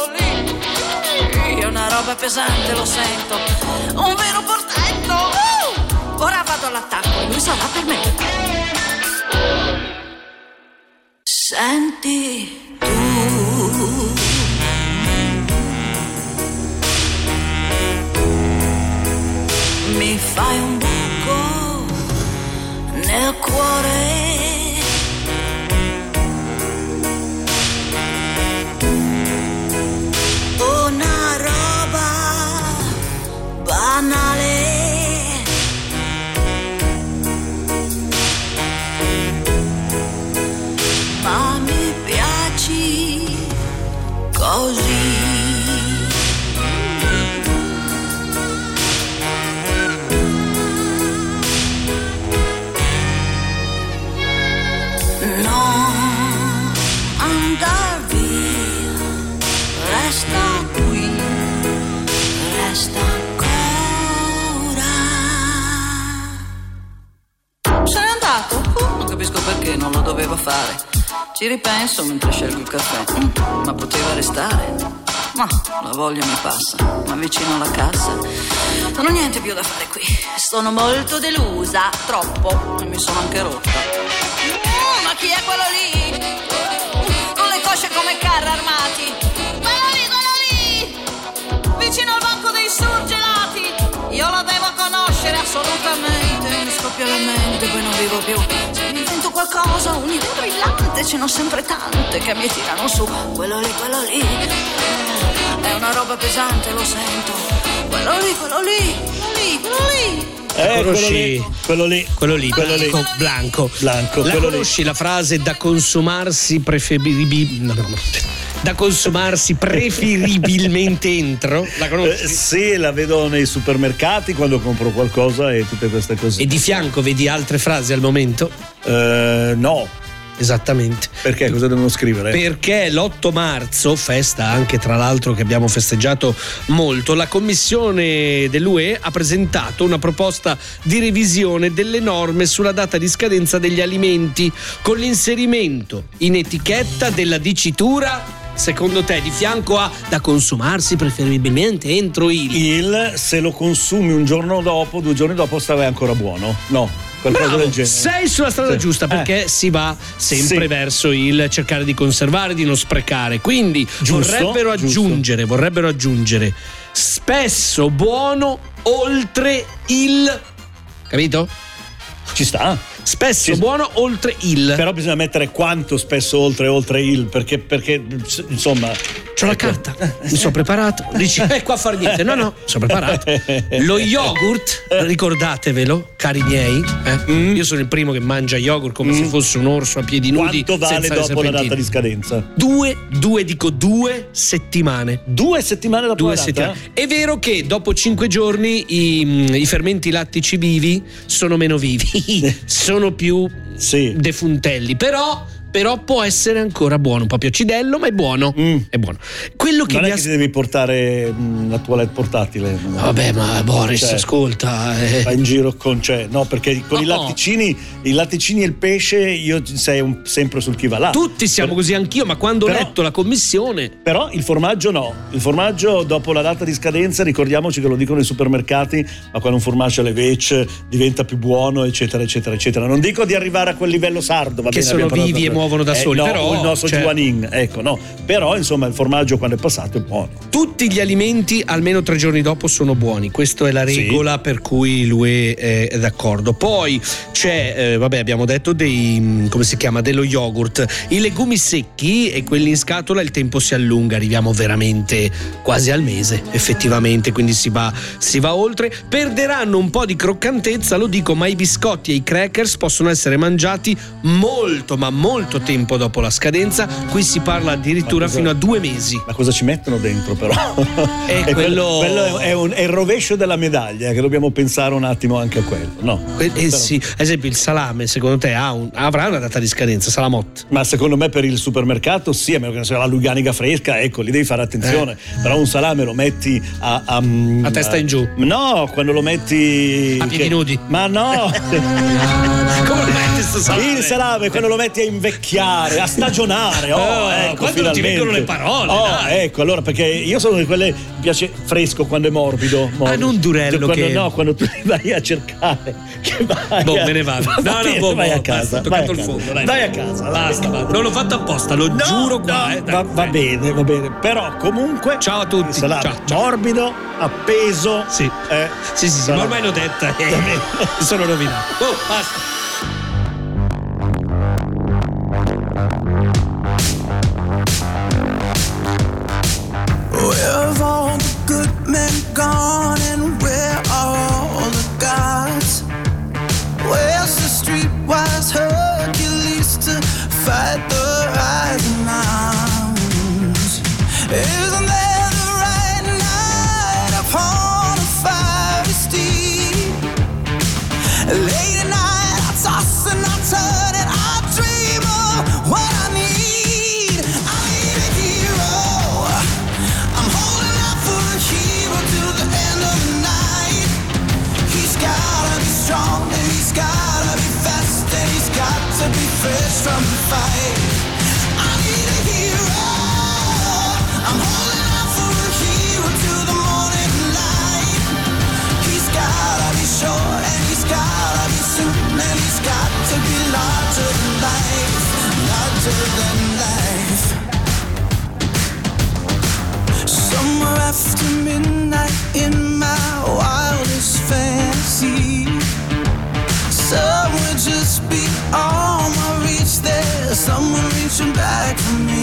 lì è una roba pesante, lo sento. Un vero portento. Ora vado all'attacco e lui sarà per me. Senti tu, mi fai un buco nel cuore. Una roba banale. Ma mi piaci così. No, andar via. fare. Ci ripenso mentre scelgo il caffè. Ma poteva restare. Ma la voglia mi passa. Ma vicino alla cassa non ho niente più da fare qui. Sono molto delusa, troppo. E mi sono anche rotta. Ma chi è quello lì? Con le cosce come carri armati. Quello lì! Vicino al banco dei surgelati. Io lo devo conoscere assolutamente. Mi scoppia la mente, poi non vivo più. Se mi invento qualcosa, un'idea brillante, ce n'ho sempre tante che mi tirano su. Quello lì. È una roba pesante, lo sento. Quello lì. Conosci quello lì. Blanco. La conosci la frase da consumarsi preferibilmente entro? La conosci? Sì, la vedo nei supermercati quando compro qualcosa e tutte queste cose. E di fianco vedi altre frasi al momento? No. Esattamente. Perché? Cosa devono scrivere? Perché l'8 marzo, festa anche tra l'altro che abbiamo festeggiato molto, la Commissione dell'UE ha presentato una proposta di revisione delle norme sulla data di scadenza degli alimenti, con l'inserimento in etichetta della dicitura, secondo te, di fianco a da consumarsi preferibilmente entro il se lo consumi un giorno dopo, 2 giorni dopo stava ancora buono. No. Qualcosa del genere. Sei sulla strada giusta, perché si va sempre verso il cercare di conservare, di non sprecare. Quindi vorrebbero aggiungere spesso buono oltre il, capito? Ci sta. Spesso buono oltre il. Però bisogna mettere quanto spesso oltre il, perché insomma. C'ho la carta, mi sono preparato. Dici, qua a far niente. No, sono preparato. Lo yogurt, ricordatevelo, cari miei, io sono il primo che mangia yogurt come se fosse un orso a piedi nudi. Quanto vale dopo la data di scadenza? 2 settimane. 2 settimane dopo la data? È vero che dopo 5 giorni i fermenti lattici vivi sono meno vivi, sono più defuntelli, però può essere ancora buono, un po' più acidello, ma è buono. È buono. Quello che non è che ti devi portare la toilette portatile. Vabbè, ma Boris, ascolta. Vai in giro con perché con i latticini e il pesce io sei sempre sul chi va là. Tutti siamo così, anch'io, ma quando ho letto la commissione. Però il formaggio no. Il formaggio dopo la data di scadenza, ricordiamoci che lo dicono i supermercati, ma quando un formaggio alle vece diventa più buono, eccetera, eccetera, eccetera. Non dico di arrivare a quel livello sardo, va che bene, sono vivi e muovono da soli, però il nostro Juanin, però insomma il formaggio quando è passato è buono. Tutti gli alimenti almeno 3 giorni dopo sono buoni, questa è la regola per cui l'UE è d'accordo. Poi c'è abbiamo detto dello yogurt, i legumi secchi e quelli in scatola il tempo si allunga, arriviamo veramente quasi al mese effettivamente, quindi si va oltre. Perderanno un po' di croccantezza, lo dico, ma i biscotti e i crackers possono essere mangiati molto ma molto tempo dopo la scadenza. Qui si parla addirittura fino a 2 mesi. Ma cosa ci mettono dentro però? Quello è il rovescio della medaglia, che dobbiamo pensare un attimo anche a quello, no? Sì, ad esempio il salame secondo te avrà una data di scadenza, salamot? Ma secondo me per il supermercato sì, a meno che non sia la luganica fresca, lì devi fare attenzione. Però un salame lo metti a testa in giù? No, quando lo metti a piedi nudi? Ma no! Come lo metti sto salame? Il salame quando lo metti a invecchiare, a stagionare. Quando non ti vengono le parole, dai. Ecco, allora, perché io sono di quelle che piace fresco quando è morbido. Non durello quando tu vai a cercare me ne vado. Vai a casa. Vai a casa. Basta. Non l'ho fatto apposta, lo giuro qua. Va bene. Però comunque ciao a tutti. Ciao. Morbido, appeso. Sì, ma ormai l'ho detta. Mi sono rovinato. Basta. Where have all the good men gone and where are all the gods? Where's the streetwise Hercules to fight the rising mountains? Isn't there the right night upon a fiery steed? Late at night I back to me.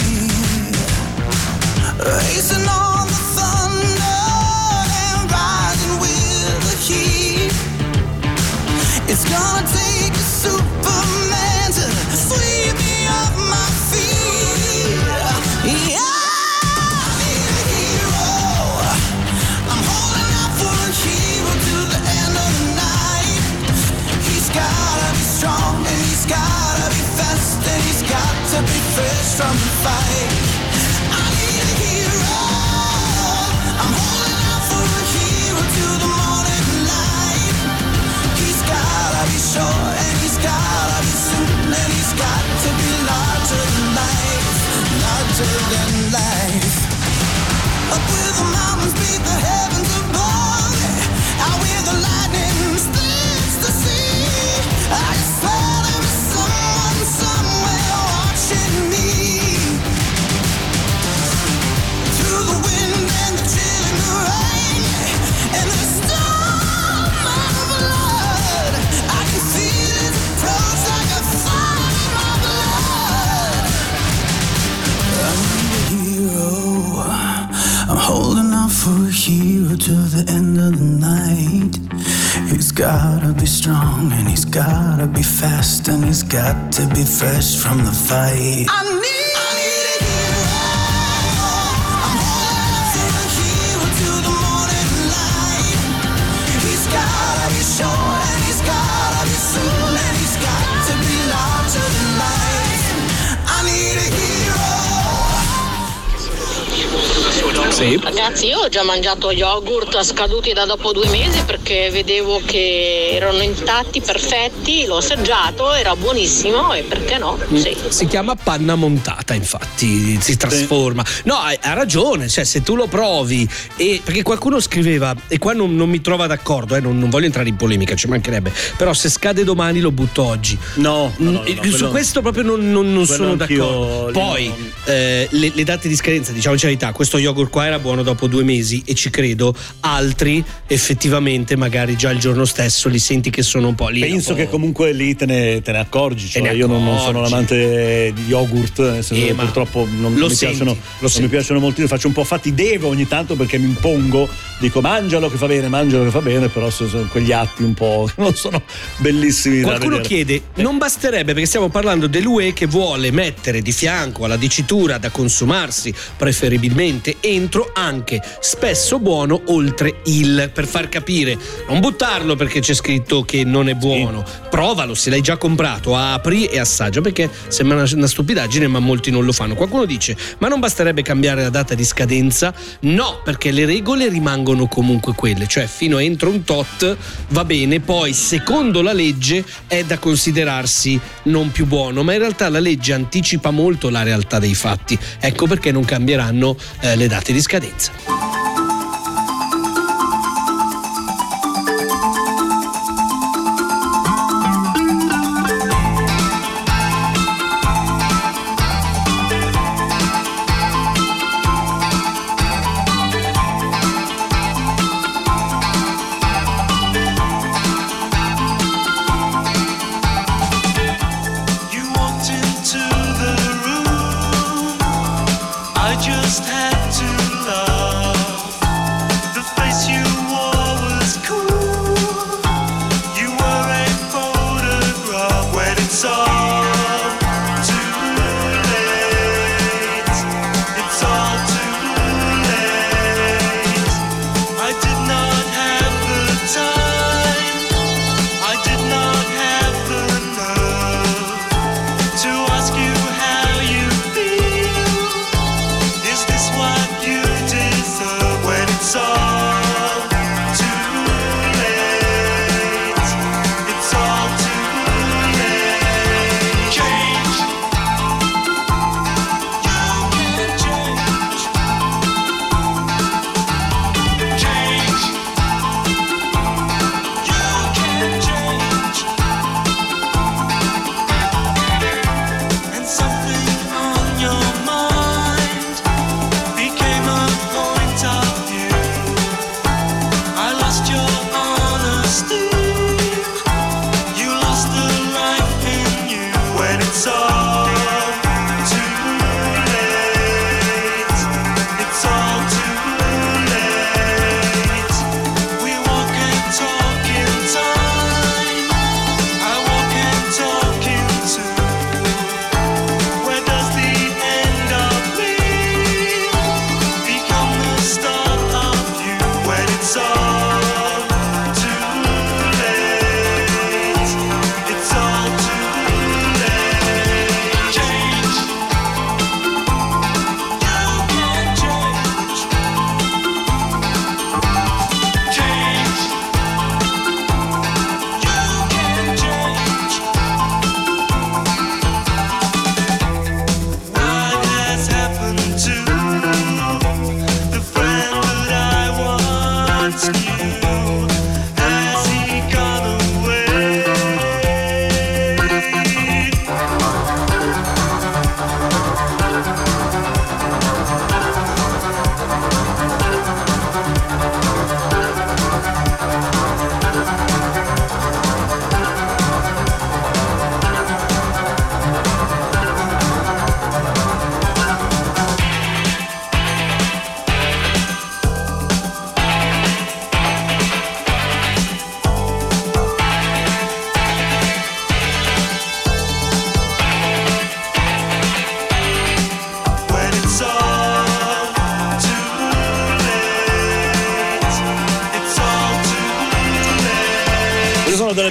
Racing on the thunder and rising with the heat. It's gonna take a Superman to sweep me off my feet. Yeah, I need a hero. I'm holding out for a hero to the end of the night. He's gotta be strong and he's gotta be fast and he's got to be fresh from the fight. I need a hero. I'm holding out for a hero to the morning light. He's gotta be short and he's gotta be soon and he's got to be larger than life, larger than life. Up where the mountains beat the heavens above, out where the lightning splits the sea. I swear there is someone somewhere watching me. Through the wind and the chill and the rain and the storm of blood, I can feel his approach like a fire in my blood. I need a hero. I'm holding out for a hero to the end of the night. He's gotta be strong and he's gotta be fast and he's got to be fresh from the fight. I need a hero. I'm holding out for a hero to the morning light. He's gotta be short and he's gotta be soon and he's got to be larger than life. I need a hero. Sì. Ragazzi, io ho già mangiato yogurt scaduti da dopo 2 mesi perché vedevo che erano intatti, perfetti, l'ho assaggiato, era buonissimo e perché no? Sì. Si chiama panna montata, infatti, si trasforma. No, ha ragione, cioè se tu lo provi e perché qualcuno scriveva, e qua non mi trova d'accordo, non voglio entrare in polemica, ci mancherebbe, però se scade domani lo butto oggi. No, su questo proprio non sono d'accordo. Poi le date di scadenza, diciamoci la verità, questo yogurt qua era buono dopo 2 mesi e ci credo, altri effettivamente magari già il giorno stesso li senti che sono un po' lì. Penso che comunque lì te ne accorgi, cioè io non sono un amante di yogurt, nel senso che purtroppo non mi piacciono molto, io faccio un po' fatti devo ogni tanto perché mi impongo, dico mangialo che fa bene, però sono quegli atti un po' non sono bellissimi. Qualcuno da vedere. chiede, non basterebbe, perché stiamo parlando dell'UE che vuole mettere di fianco alla dicitura da consumarsi preferibilmente entro anche spesso buono oltre il, per far capire, non buttarlo perché c'è scritto che non è buono, provalo, se l'hai già comprato, apri e assaggia, perché sembra una stupidaggine ma molti non lo fanno. Qualcuno dice, ma non basterebbe cambiare la data di scadenza? No, perché le regole rimangono comunque quelle, cioè fino a entro un tot va bene, poi secondo la legge è da considerarsi non più buono, ma in realtà la legge anticipa molto la realtà dei fatti, ecco perché non cambieranno le date di scadenza. Is this what you did?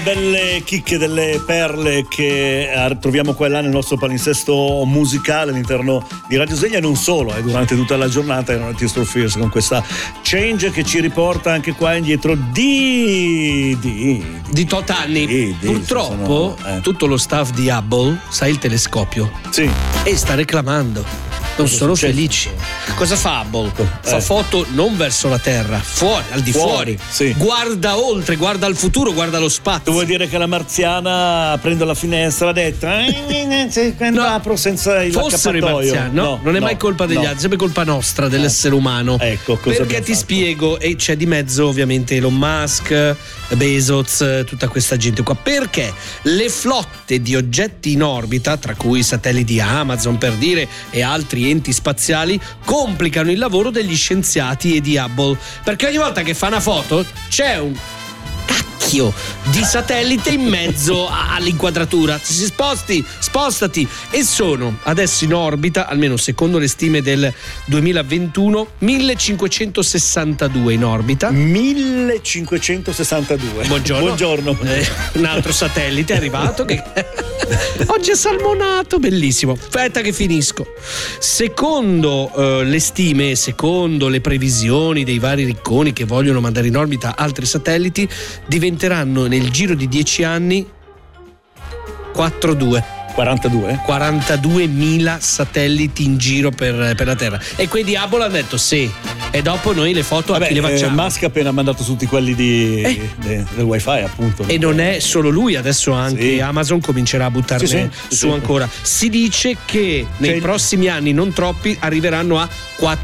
belle chicche, delle perle che troviamo qua e là nel nostro palinsesto musicale all'interno di Radio Sveglia, non solo, durante tutta la giornata erano Tears for Fears con questa Change che ci riporta anche qua indietro di tot anni. Purtroppo tutto lo staff di Hubble, sai, il telescopio, sì, e sta reclamando. Non sono felici. Cosa fa Hubble? Fa foto non verso la Terra, fuori, al di fuori. Sì. Guarda oltre, guarda al futuro, guarda lo spazio. Tu vuoi dire che la marziana prende la finestra, ha detto quando apro senza il accappatoio? No, non è mai colpa degli altri, è sempre colpa nostra, dell'essere umano. Ecco, cosa perché ti spiego, e c'è di mezzo ovviamente Elon Musk, Bezos, tutta questa gente qua. Perché le flotte di oggetti in orbita, tra cui i satelliti Amazon per dire, e altri enti spaziali, complicano il lavoro degli scienziati e di Hubble, perché ogni volta che fa una foto c'è un cacchio di satellite in mezzo all'inquadratura. Se spostati, e sono adesso in orbita, almeno secondo le stime del 2021, 1562 in orbita. 1562. Buongiorno. Un altro satellite è arrivato che oggi è salmonato, bellissimo. Aspetta che finisco. Secondo le stime, secondo le previsioni dei vari ricconi che vogliono mandare in orbita altri satelliti, diventeranno nel giro di 10 anni 42.000 satelliti in giro per la Terra. E quelli di Hubble hanno detto sì, e dopo noi le foto a chi le facciamo? Musk ha appena mandato tutti quelli del wifi, appunto. E non è solo lui, adesso anche Amazon comincerà a buttarne su ancora. Si dice che nei prossimi anni, non troppi, arriveranno a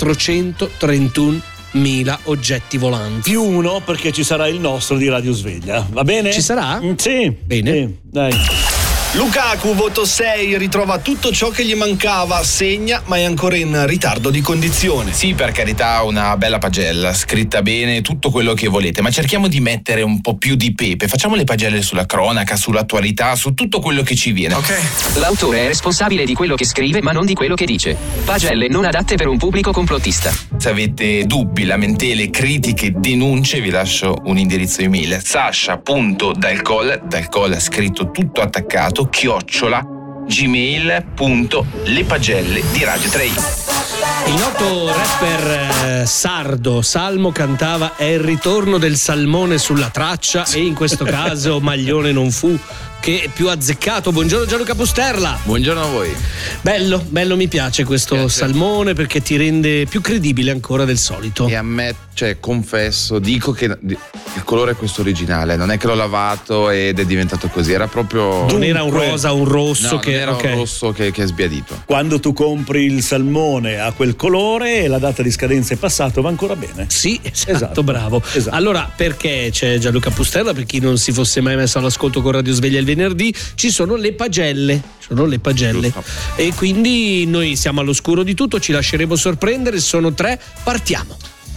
431.000 oggetti volanti. Più uno, perché ci sarà il nostro di Radio Sveglia. Va bene? Ci sarà? Sì. Bene. Sì, dai. Lukaku, voto 6, ritrova tutto ciò che gli mancava, segna ma è ancora in ritardo di condizione. Sì, per carità, una bella pagella, scritta bene, tutto quello che volete, ma cerchiamo di mettere un po' più di pepe, facciamo le pagelle sulla cronaca, sull'attualità, su tutto quello che ci viene. Ok. L'autore è responsabile di quello che scrive ma non di quello che dice. Pagelle non adatte per un pubblico complottista. Se avete dubbi, lamentele, critiche, denunce, vi lascio un indirizzo email: sasha.dalcol scritto tutto attaccato @gmail.lepagelle di Radio 3i. Il noto rapper sardo Salmo cantava "È il ritorno del salmone sulla traccia", e in questo caso Maglione non fu che più azzeccato. Buongiorno Gianluca Pusterla. Buongiorno a voi. Bello, mi piace questo salmone, perché ti rende più credibile ancora del solito. E a me, confesso, dico che il colore è questo originale, non è che l'ho lavato ed è diventato così, era proprio... Non era un rosa, un rosso, no, era un rosso che è sbiadito. Quando tu compri il salmone a quel colore e la data di scadenza è passata, va ancora bene. Sì, esatto. Bravo. Esatto. Allora, perché c'è Gianluca Pusterla? Per chi non si fosse mai messo all'ascolto con Radio Sveglia il venerdì, ci sono le pagelle. Giusto. E quindi noi siamo all'oscuro di tutto, ci lasceremo sorprendere, sono 3, partiamo.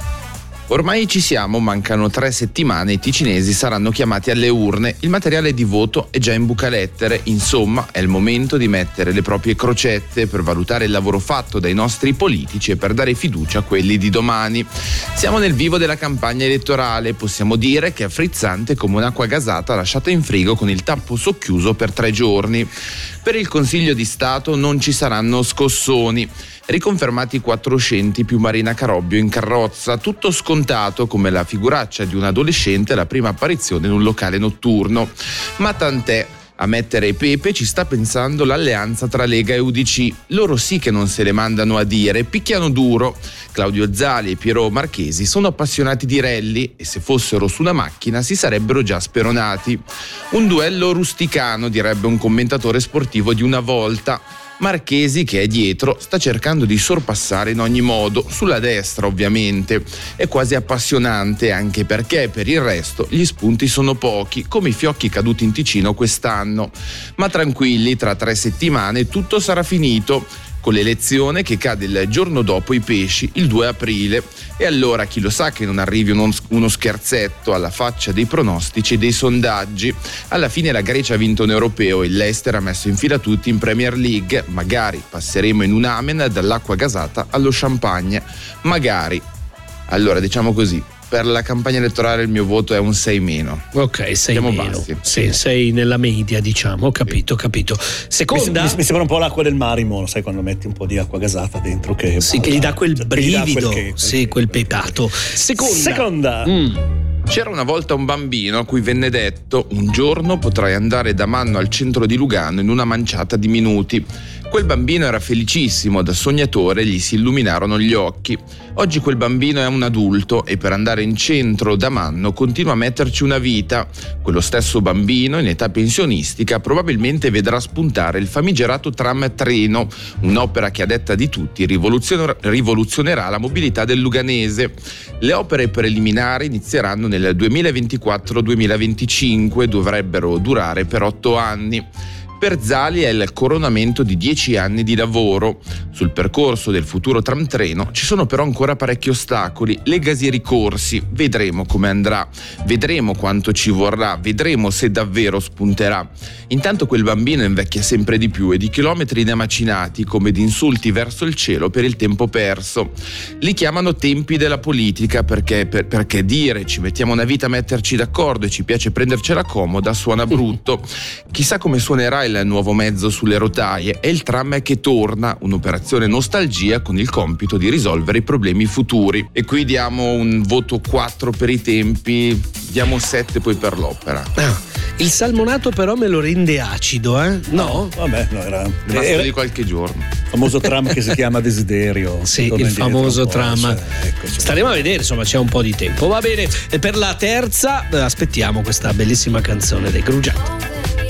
Ormai ci siamo, mancano 3 settimane, i ticinesi saranno chiamati alle urne, il materiale di voto è già in bucalettere, insomma è il momento di mettere le proprie crocette per valutare il lavoro fatto dai nostri politici e per dare fiducia a quelli di domani. Siamo nel vivo della campagna elettorale, possiamo dire che è frizzante come un'acqua gasata lasciata in frigo con il tappo socchiuso per 3 giorni. Per il Consiglio di Stato non ci saranno scossoni. Riconfermati 4 scenti più Marina Carobbio in carrozza, tutto scontato come la figuraccia di un adolescente alla prima apparizione in un locale notturno. Ma tant'è, a mettere pepe ci sta pensando l'alleanza tra Lega e UDC. Loro sì che non se le mandano a dire, picchiano duro. Claudio Zali e Piero Marchesi sono appassionati di rally e se fossero su una macchina si sarebbero già speronati. Un duello rusticano, direbbe un commentatore sportivo di una volta. Marchesi, che è dietro, sta cercando di sorpassare in ogni modo, sulla destra ovviamente. È quasi appassionante, anche perché per il resto gli spunti sono pochi, come i fiocchi caduti in Ticino quest'anno. Ma tranquilli, tra 3 settimane tutto sarà finito, con l'elezione che cade il giorno dopo i pesci, il 2 aprile. E allora chi lo sa che non arrivi uno scherzetto alla faccia dei pronostici e dei sondaggi. Alla fine la Grecia ha vinto un europeo e il Leicester ha messo in fila tutti in Premier League. Magari passeremo in un amen dall'acqua gasata allo champagne. Magari. Allora, diciamo così, per la campagna elettorale il mio voto è un 6-. Ok, 6-. Sì, sei nella media, diciamo. Ho capito. Seconda. Mi sembra un po' l'acqua del Marimo, sai, quando metti un po' di acqua gasata dentro che gli dà quel brivido, quel pepato. Seconda. C'era una volta un bambino a cui venne detto: un giorno potrai andare da Manno al centro di Lugano in una manciata di minuti. Quel bambino era felicissimo, da sognatore gli si illuminarono gli occhi. Oggi quel bambino è un adulto e per andare in centro da Manno continua a metterci una vita. Quello stesso bambino, in età pensionistica, probabilmente vedrà spuntare il famigerato tram Treno, un'opera che a detta di tutti rivoluzionerà la mobilità del luganese. Le opere preliminari inizieranno nel 2024-2025, dovrebbero durare per 8 anni. Per Zali è il coronamento di 10 anni di lavoro. Sul percorso del futuro tram Treno ci sono però ancora parecchi ostacoli, legasi ai ricorsi. Vedremo come andrà, vedremo quanto ci vorrà, vedremo se davvero spunterà. Intanto quel bambino invecchia sempre di più e di chilometri ne ha macinati, come di insulti verso il cielo per il tempo perso. Li chiamano tempi della politica perché dire ci mettiamo una vita a metterci d'accordo e ci piace prendercela comoda suona brutto. Chissà come suonerà il nuovo mezzo sulle rotaie. È il tram che torna, un'operazione nostalgia con il compito di risolvere i problemi futuri. E qui diamo un voto 4 per i tempi, diamo 7 poi per l'opera. Il salmonato però me lo rende acido, No? Vabbè, no, era di qualche giorno. Il famoso tram che si chiama Desiderio. Sì, il famoso tram. Staremo a vedere, insomma, c'è un po' di tempo. Va bene, e per la terza aspettiamo questa bellissima canzone dei Grugiati.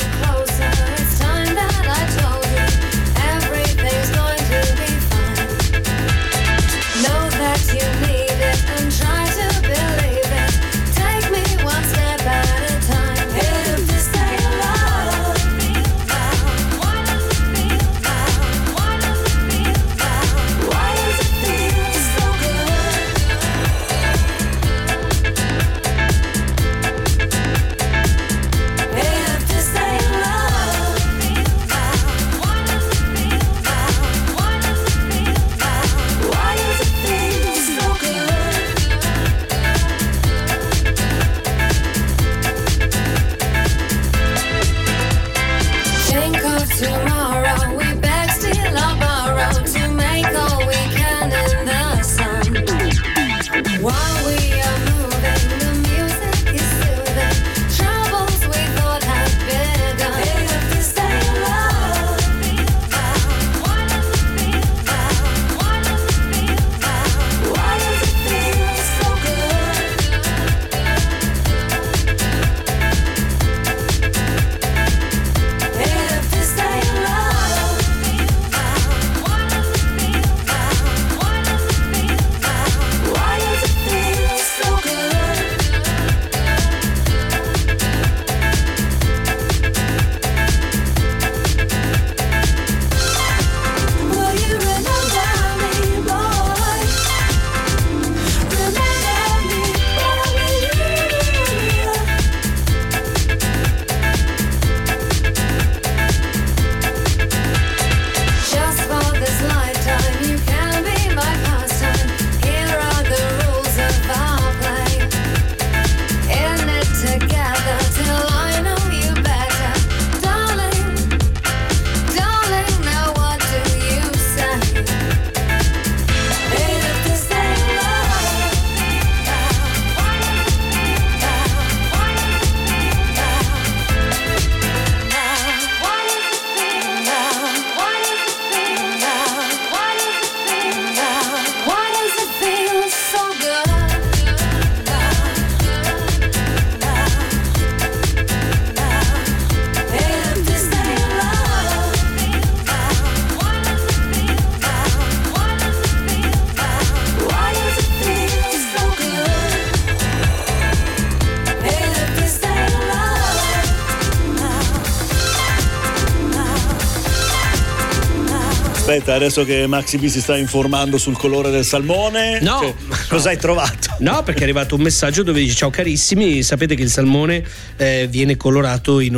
Aspetta, adesso che Maxi B si sta informando sul colore del salmone, cosa hai trovato? No, perché è arrivato un messaggio dove dice: ciao carissimi, sapete che il salmone viene colorato in origine grigio? E io subito, perché io avevo in testa il mito del gamberetto,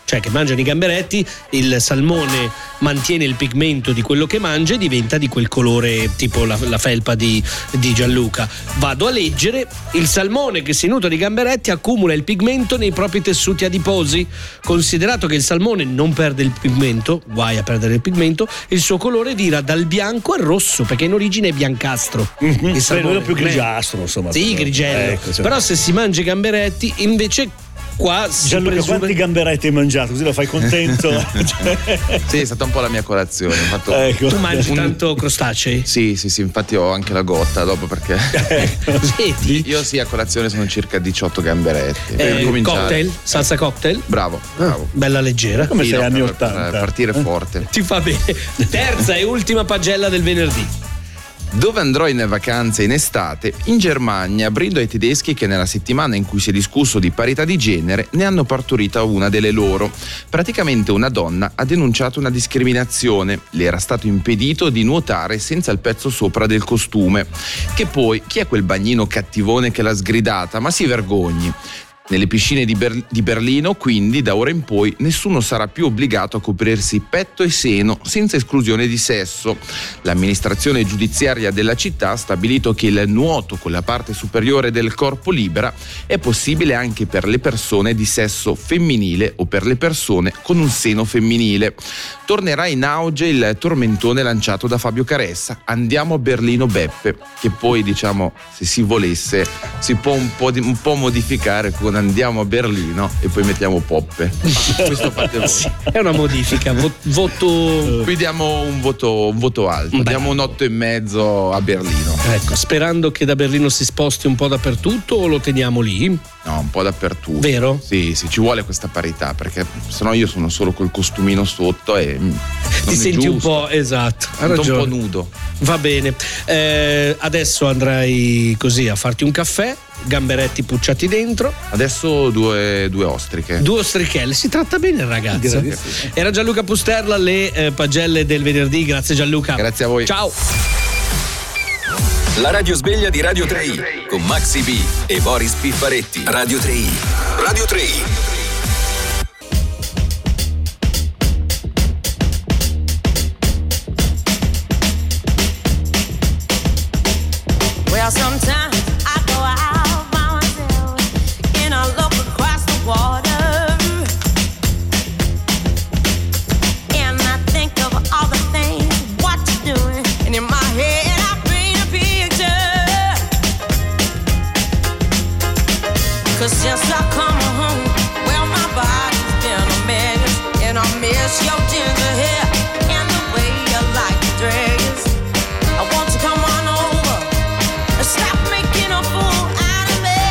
cioè che mangiano i gamberetti, il salmone mantiene il pigmento di quello che mangia e diventa di quel colore tipo la felpa di Gianluca. Vado a leggere: il salmone che si nutre di gamberetti accumula il pigmento nei propri tessuti adiposi. Considerato che il salmone non perde il pigmento, guai a perdere il pigmento, il suo colore vira dal bianco al rosso, perché in origine è biancastro. Il salmone è più grigiastro, insomma. Sì, grigello. Ecco, cioè. Però se si mangia i gamberetti, invece qua Gianluca, quanti gamberetti hai mangiato? Così lo fai contento. Sì, è stata un po' la mia colazione. Tu mangi tanto crostacei? Sì, infatti ho anche la gotta dopo, perché io sì, a colazione sono circa 18 gamberetti. Per cominciare. Cocktail? Salsa cocktail? Bravo. Bella leggera. Come sei anni per 80? Partire forte. Ti fa bene. Terza e ultima pagella del venerdì. Dove andrò in vacanza in estate? In Germania, brindo ai tedeschi che nella settimana in cui si è discusso di parità di genere ne hanno partorita una delle loro. Praticamente una donna ha denunciato una discriminazione. Le era stato impedito di nuotare senza il pezzo sopra del costume. Che poi, chi è quel bagnino cattivone che l'ha sgridata? Ma si vergogni. Nelle piscine di Berlino, quindi, da ora in poi, nessuno sarà più obbligato a coprirsi petto e seno, senza esclusione di sesso. L'amministrazione giudiziaria della città ha stabilito che il nuoto con la parte superiore del corpo libera è possibile anche per le persone di sesso femminile o per le persone con un seno femminile. Tornerà in auge il tormentone lanciato da Fabio Caressa: andiamo a Berlino Beppe, che poi, diciamo, se si volesse, si può un po' modificare con andiamo a Berlino e poi mettiamo Poppe. Questo fate voi. Sì, è una modifica. Voto. Qui diamo un voto alto. Diamo un 8,5 a Berlino. Ecco, sperando che da Berlino si sposti un po' dappertutto, o lo teniamo lì? No, un po' dappertutto. Vero? Sì, ci vuole questa parità, perché sennò io sono solo col costumino sotto e ti senti un po', esatto, un po' nudo. Va bene. Adesso andrai così a farti un caffè, gamberetti pucciati dentro. Adesso due ostriche. 2 ostrichelle, si tratta bene il ragazzo. Era Gianluca Pusterla, le pagelle del venerdì. Grazie Gianluca. Grazie a voi. Ciao. La radio sveglia di Radio 3i con Maxi B e Boris Piffaretti. Radio 3i. Radio 3i. Well, sometimes I go out by myself and I look across the water and I think of all the things what you're doing, and in my head I paint a picture. 'Cause since I come home, well, my body's been a mess, and I miss your ginger hair and the way you like to dress. I want you to come on over. Stop making a fool out of me.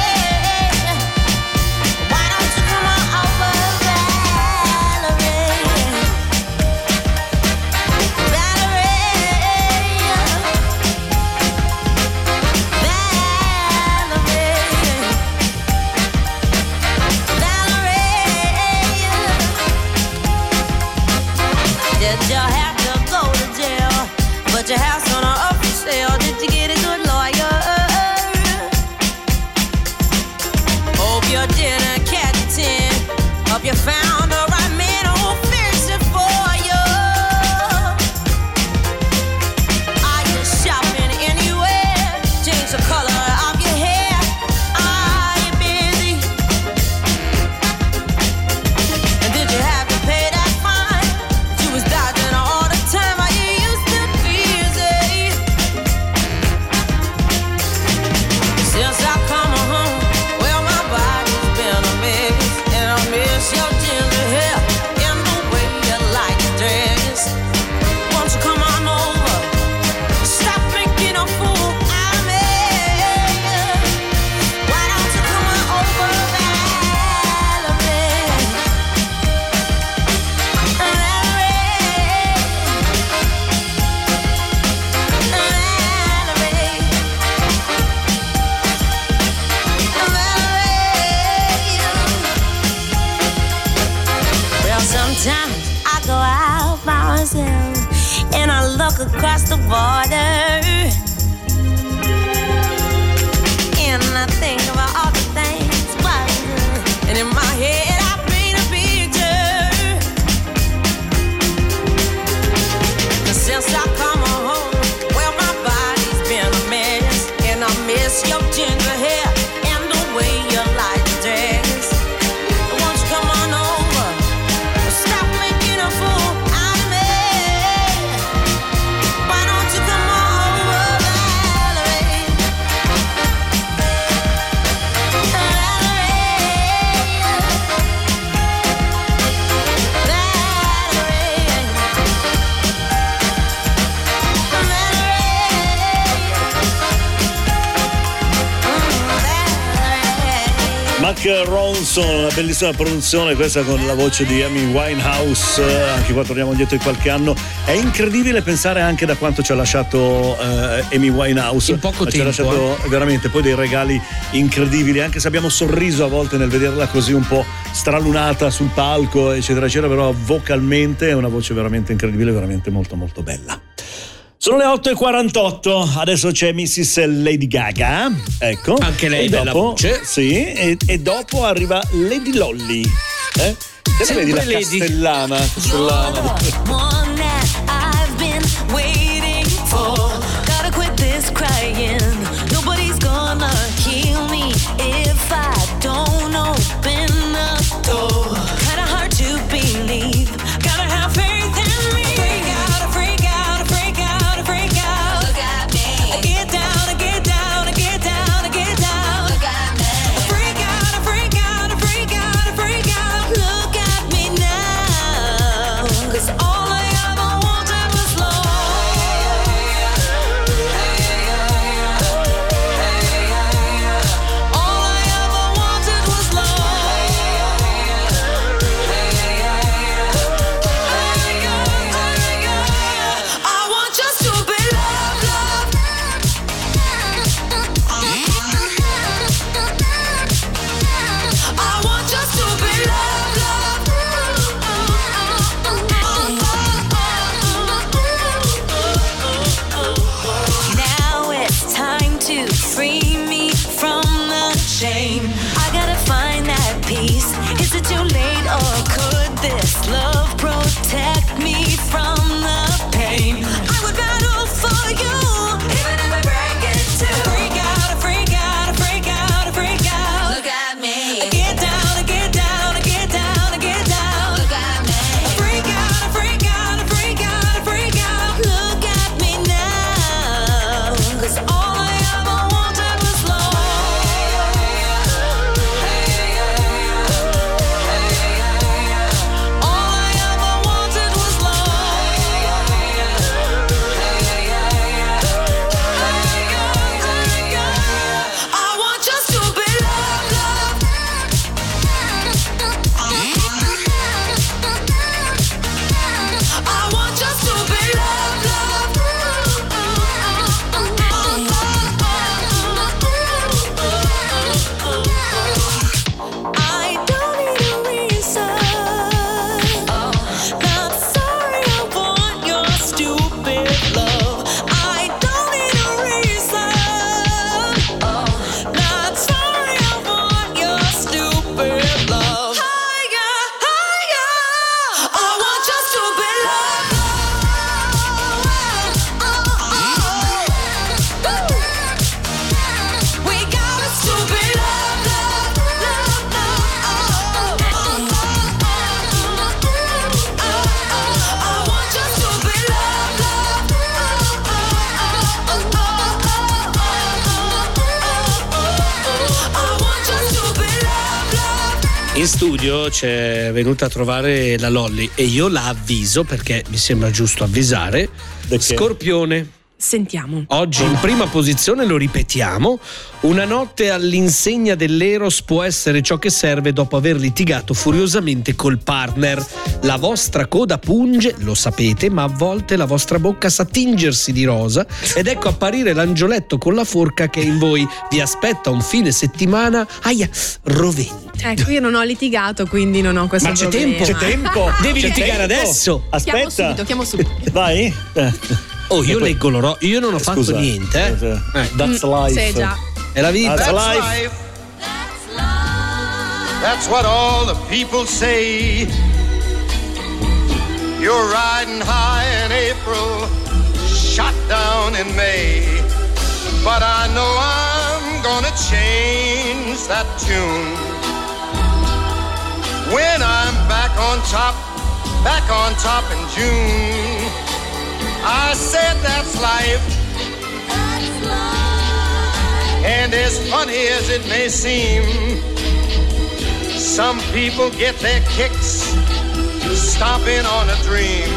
Why don't you come on over, Valerie? Did you have to go to jail? But your house on up for sale. Did you get a good lawyer? Hope you didn't catch a 10. Hope you found the right man who'll fix it for you. Are you shopping anywhere? Change the color of your hair. Are you busy? And did you have to pay that fine? You was dodging all the time. Are you used to busy? Since I come home, well, my body's been a mess, and I miss your ginger hair and the way you like to dress. Won't you come on over? Stop making a fool out of me. Why don't you come on over, Valerie? Well, sometimes I go out by myself and I look across the border and I think about all the things what I do. And in my head I paint a picture. Mark Ronson, una bellissima produzione questa con la voce di Amy Winehouse. Anche qua torniamo indietro di qualche anno. È incredibile pensare anche da quanto ci ha lasciato Amy Winehouse. In poco tempo. Ci ha lasciato veramente poi dei regali incredibili, anche se abbiamo sorriso a volte nel vederla così un po' stralunata sul palco, eccetera, eccetera, però vocalmente è una voce veramente incredibile, veramente molto molto bella. Sono le 8:48, adesso c'è Mrs. Lady Gaga, ecco. Anche lei e bella dopo, voce. Sì, e dopo arriva Lady Lolly. Che ne vedi la Lady. castellana? One that I've been waiting for. Gotta quit this crying. Nobody's gonna heal me if I don't open the door. Kinda hard to believe. Gotta have faith in me. Freak out, freak out, freak out, freak out. Look at me. I get down, I get down, I get down, I get down. Look at me. Freak out, freak out, freak out, freak out. Look at me now. 'Cause all I ever wanted was love. All I ever wanted was love. I want just to be loved, loved. I want just to be loved, loved. Now it's time to free me from the shame. I gotta find that peace. Is it too late or could this love protect me from the pain? I would battle for you, even if I break it too. Freak out, freak out, freak out, freak out. Look at me. I get down, I get down, I get down, I get down. Look at me. Freak out, freak out, freak out, freak out. Look at me now. 'Cause all I ever wanted was love. All I ever wanted was love. I want just to be loved, loved. I want just to be loved, loved. I don't need a reason. Not sorry, I want your stupid love. I don't need a reason. Not sorry, I want your stupid love. Higher, higher. I want just to be loved. We got us to be loved, loved, loved, loved. I want just to be loved, loved. I want just to be loved, loved. In studio c'è venuta a trovare la Lolly e io la avviso, perché mi sembra giusto avvisare. Scorpione. Sentiamo. Oggi in prima posizione, lo ripetiamo, una notte all'insegna dell'Eros può essere ciò che serve dopo aver litigato furiosamente col partner. La vostra coda punge, lo sapete, ma a volte la vostra bocca sa tingersi di rosa ed ecco apparire l'angioletto con la forca che in voi vi aspetta un fine settimana rovente. Ecco, io non ho litigato, quindi non ho questo Ma c'è problema. tempo? C'è tempo? Devi C'è litigare tempo. adesso. Aspetta. Chiamo subito. Vai. Oh, io leggo l'orologio, io non ho fatto Scusa. niente. That's life. Sì, già. È la vita. That's That's life. life. That's what all the people say. You're riding high in April, shot down in May. But I know I'm gonna change that tune. When I'm back on top in June. I said that's life. And as funny as it may seem, some people get their kicks stomping on a dream.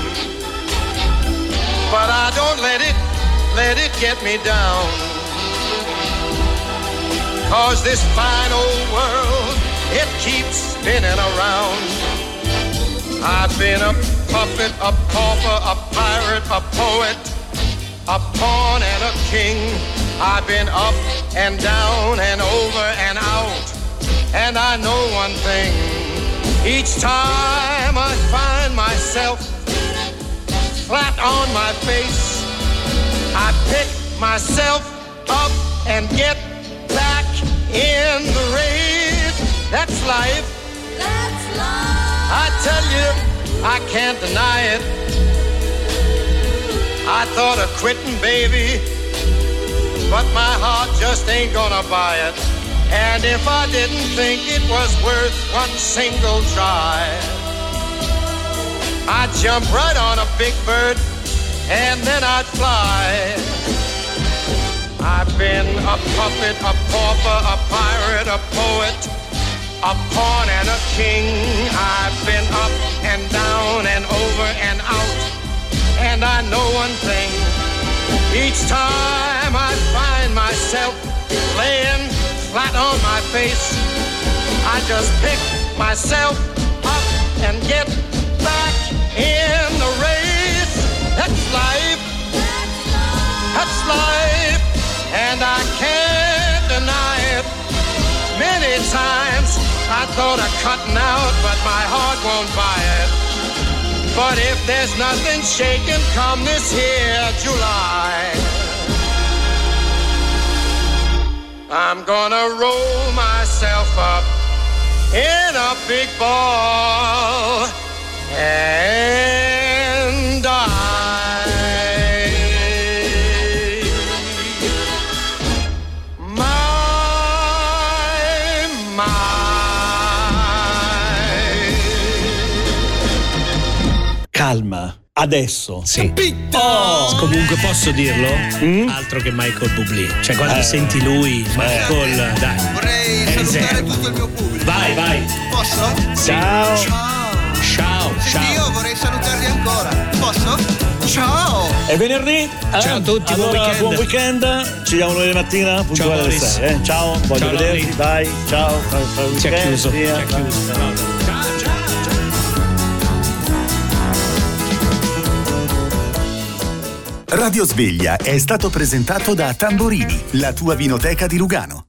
But I don't let it get me down. 'Cause this fine old world it keeps spinning around. I've been a puppet, a pauper, a pirate, a poet, a pawn and a king. I've been up and down and over and out. And I know one thing, each time I find myself flat on my face, I pick myself up and get back in the race. That's life. That's life. I tell you, I can't deny it. I thought of quitting, baby, but my heart just ain't gonna buy it. And if I didn't think it was worth one single try, I'd jump right on a big bird and then I'd fly. I've been a puppet, a pauper, a pirate, a poet, a pawn and a king. I've been up and down and over and out. And I know one thing, each time I find myself laying flat on my face, I just pick myself up and get back in the race. That's life. That's life. And I can't deny it. Many times I thought of cutting out, but my heart won't buy it. But if there's nothing shaking come this here July, I'm gonna roll myself up in a big ball and die. Calma. Adesso. Sì. Comunque posso dirlo? Altro che Michael Bublé. Cioè quando senti lui, Michael, dai. Vorrei salutare tutto il mio pubblico. Vai. Posso? Sì. Ciao. Io vorrei salutarli ancora. Posso? Ciao. È venerdì. Ciao a tutti, allora, buon weekend. Ci vediamo lunedì mattina puntuale alle 6. Ciao, voglio vederti. Dai, ciao. Ci ha chiuso. Radio Sveglia è stato presentato da Tamborini, la tua vinoteca di Lugano.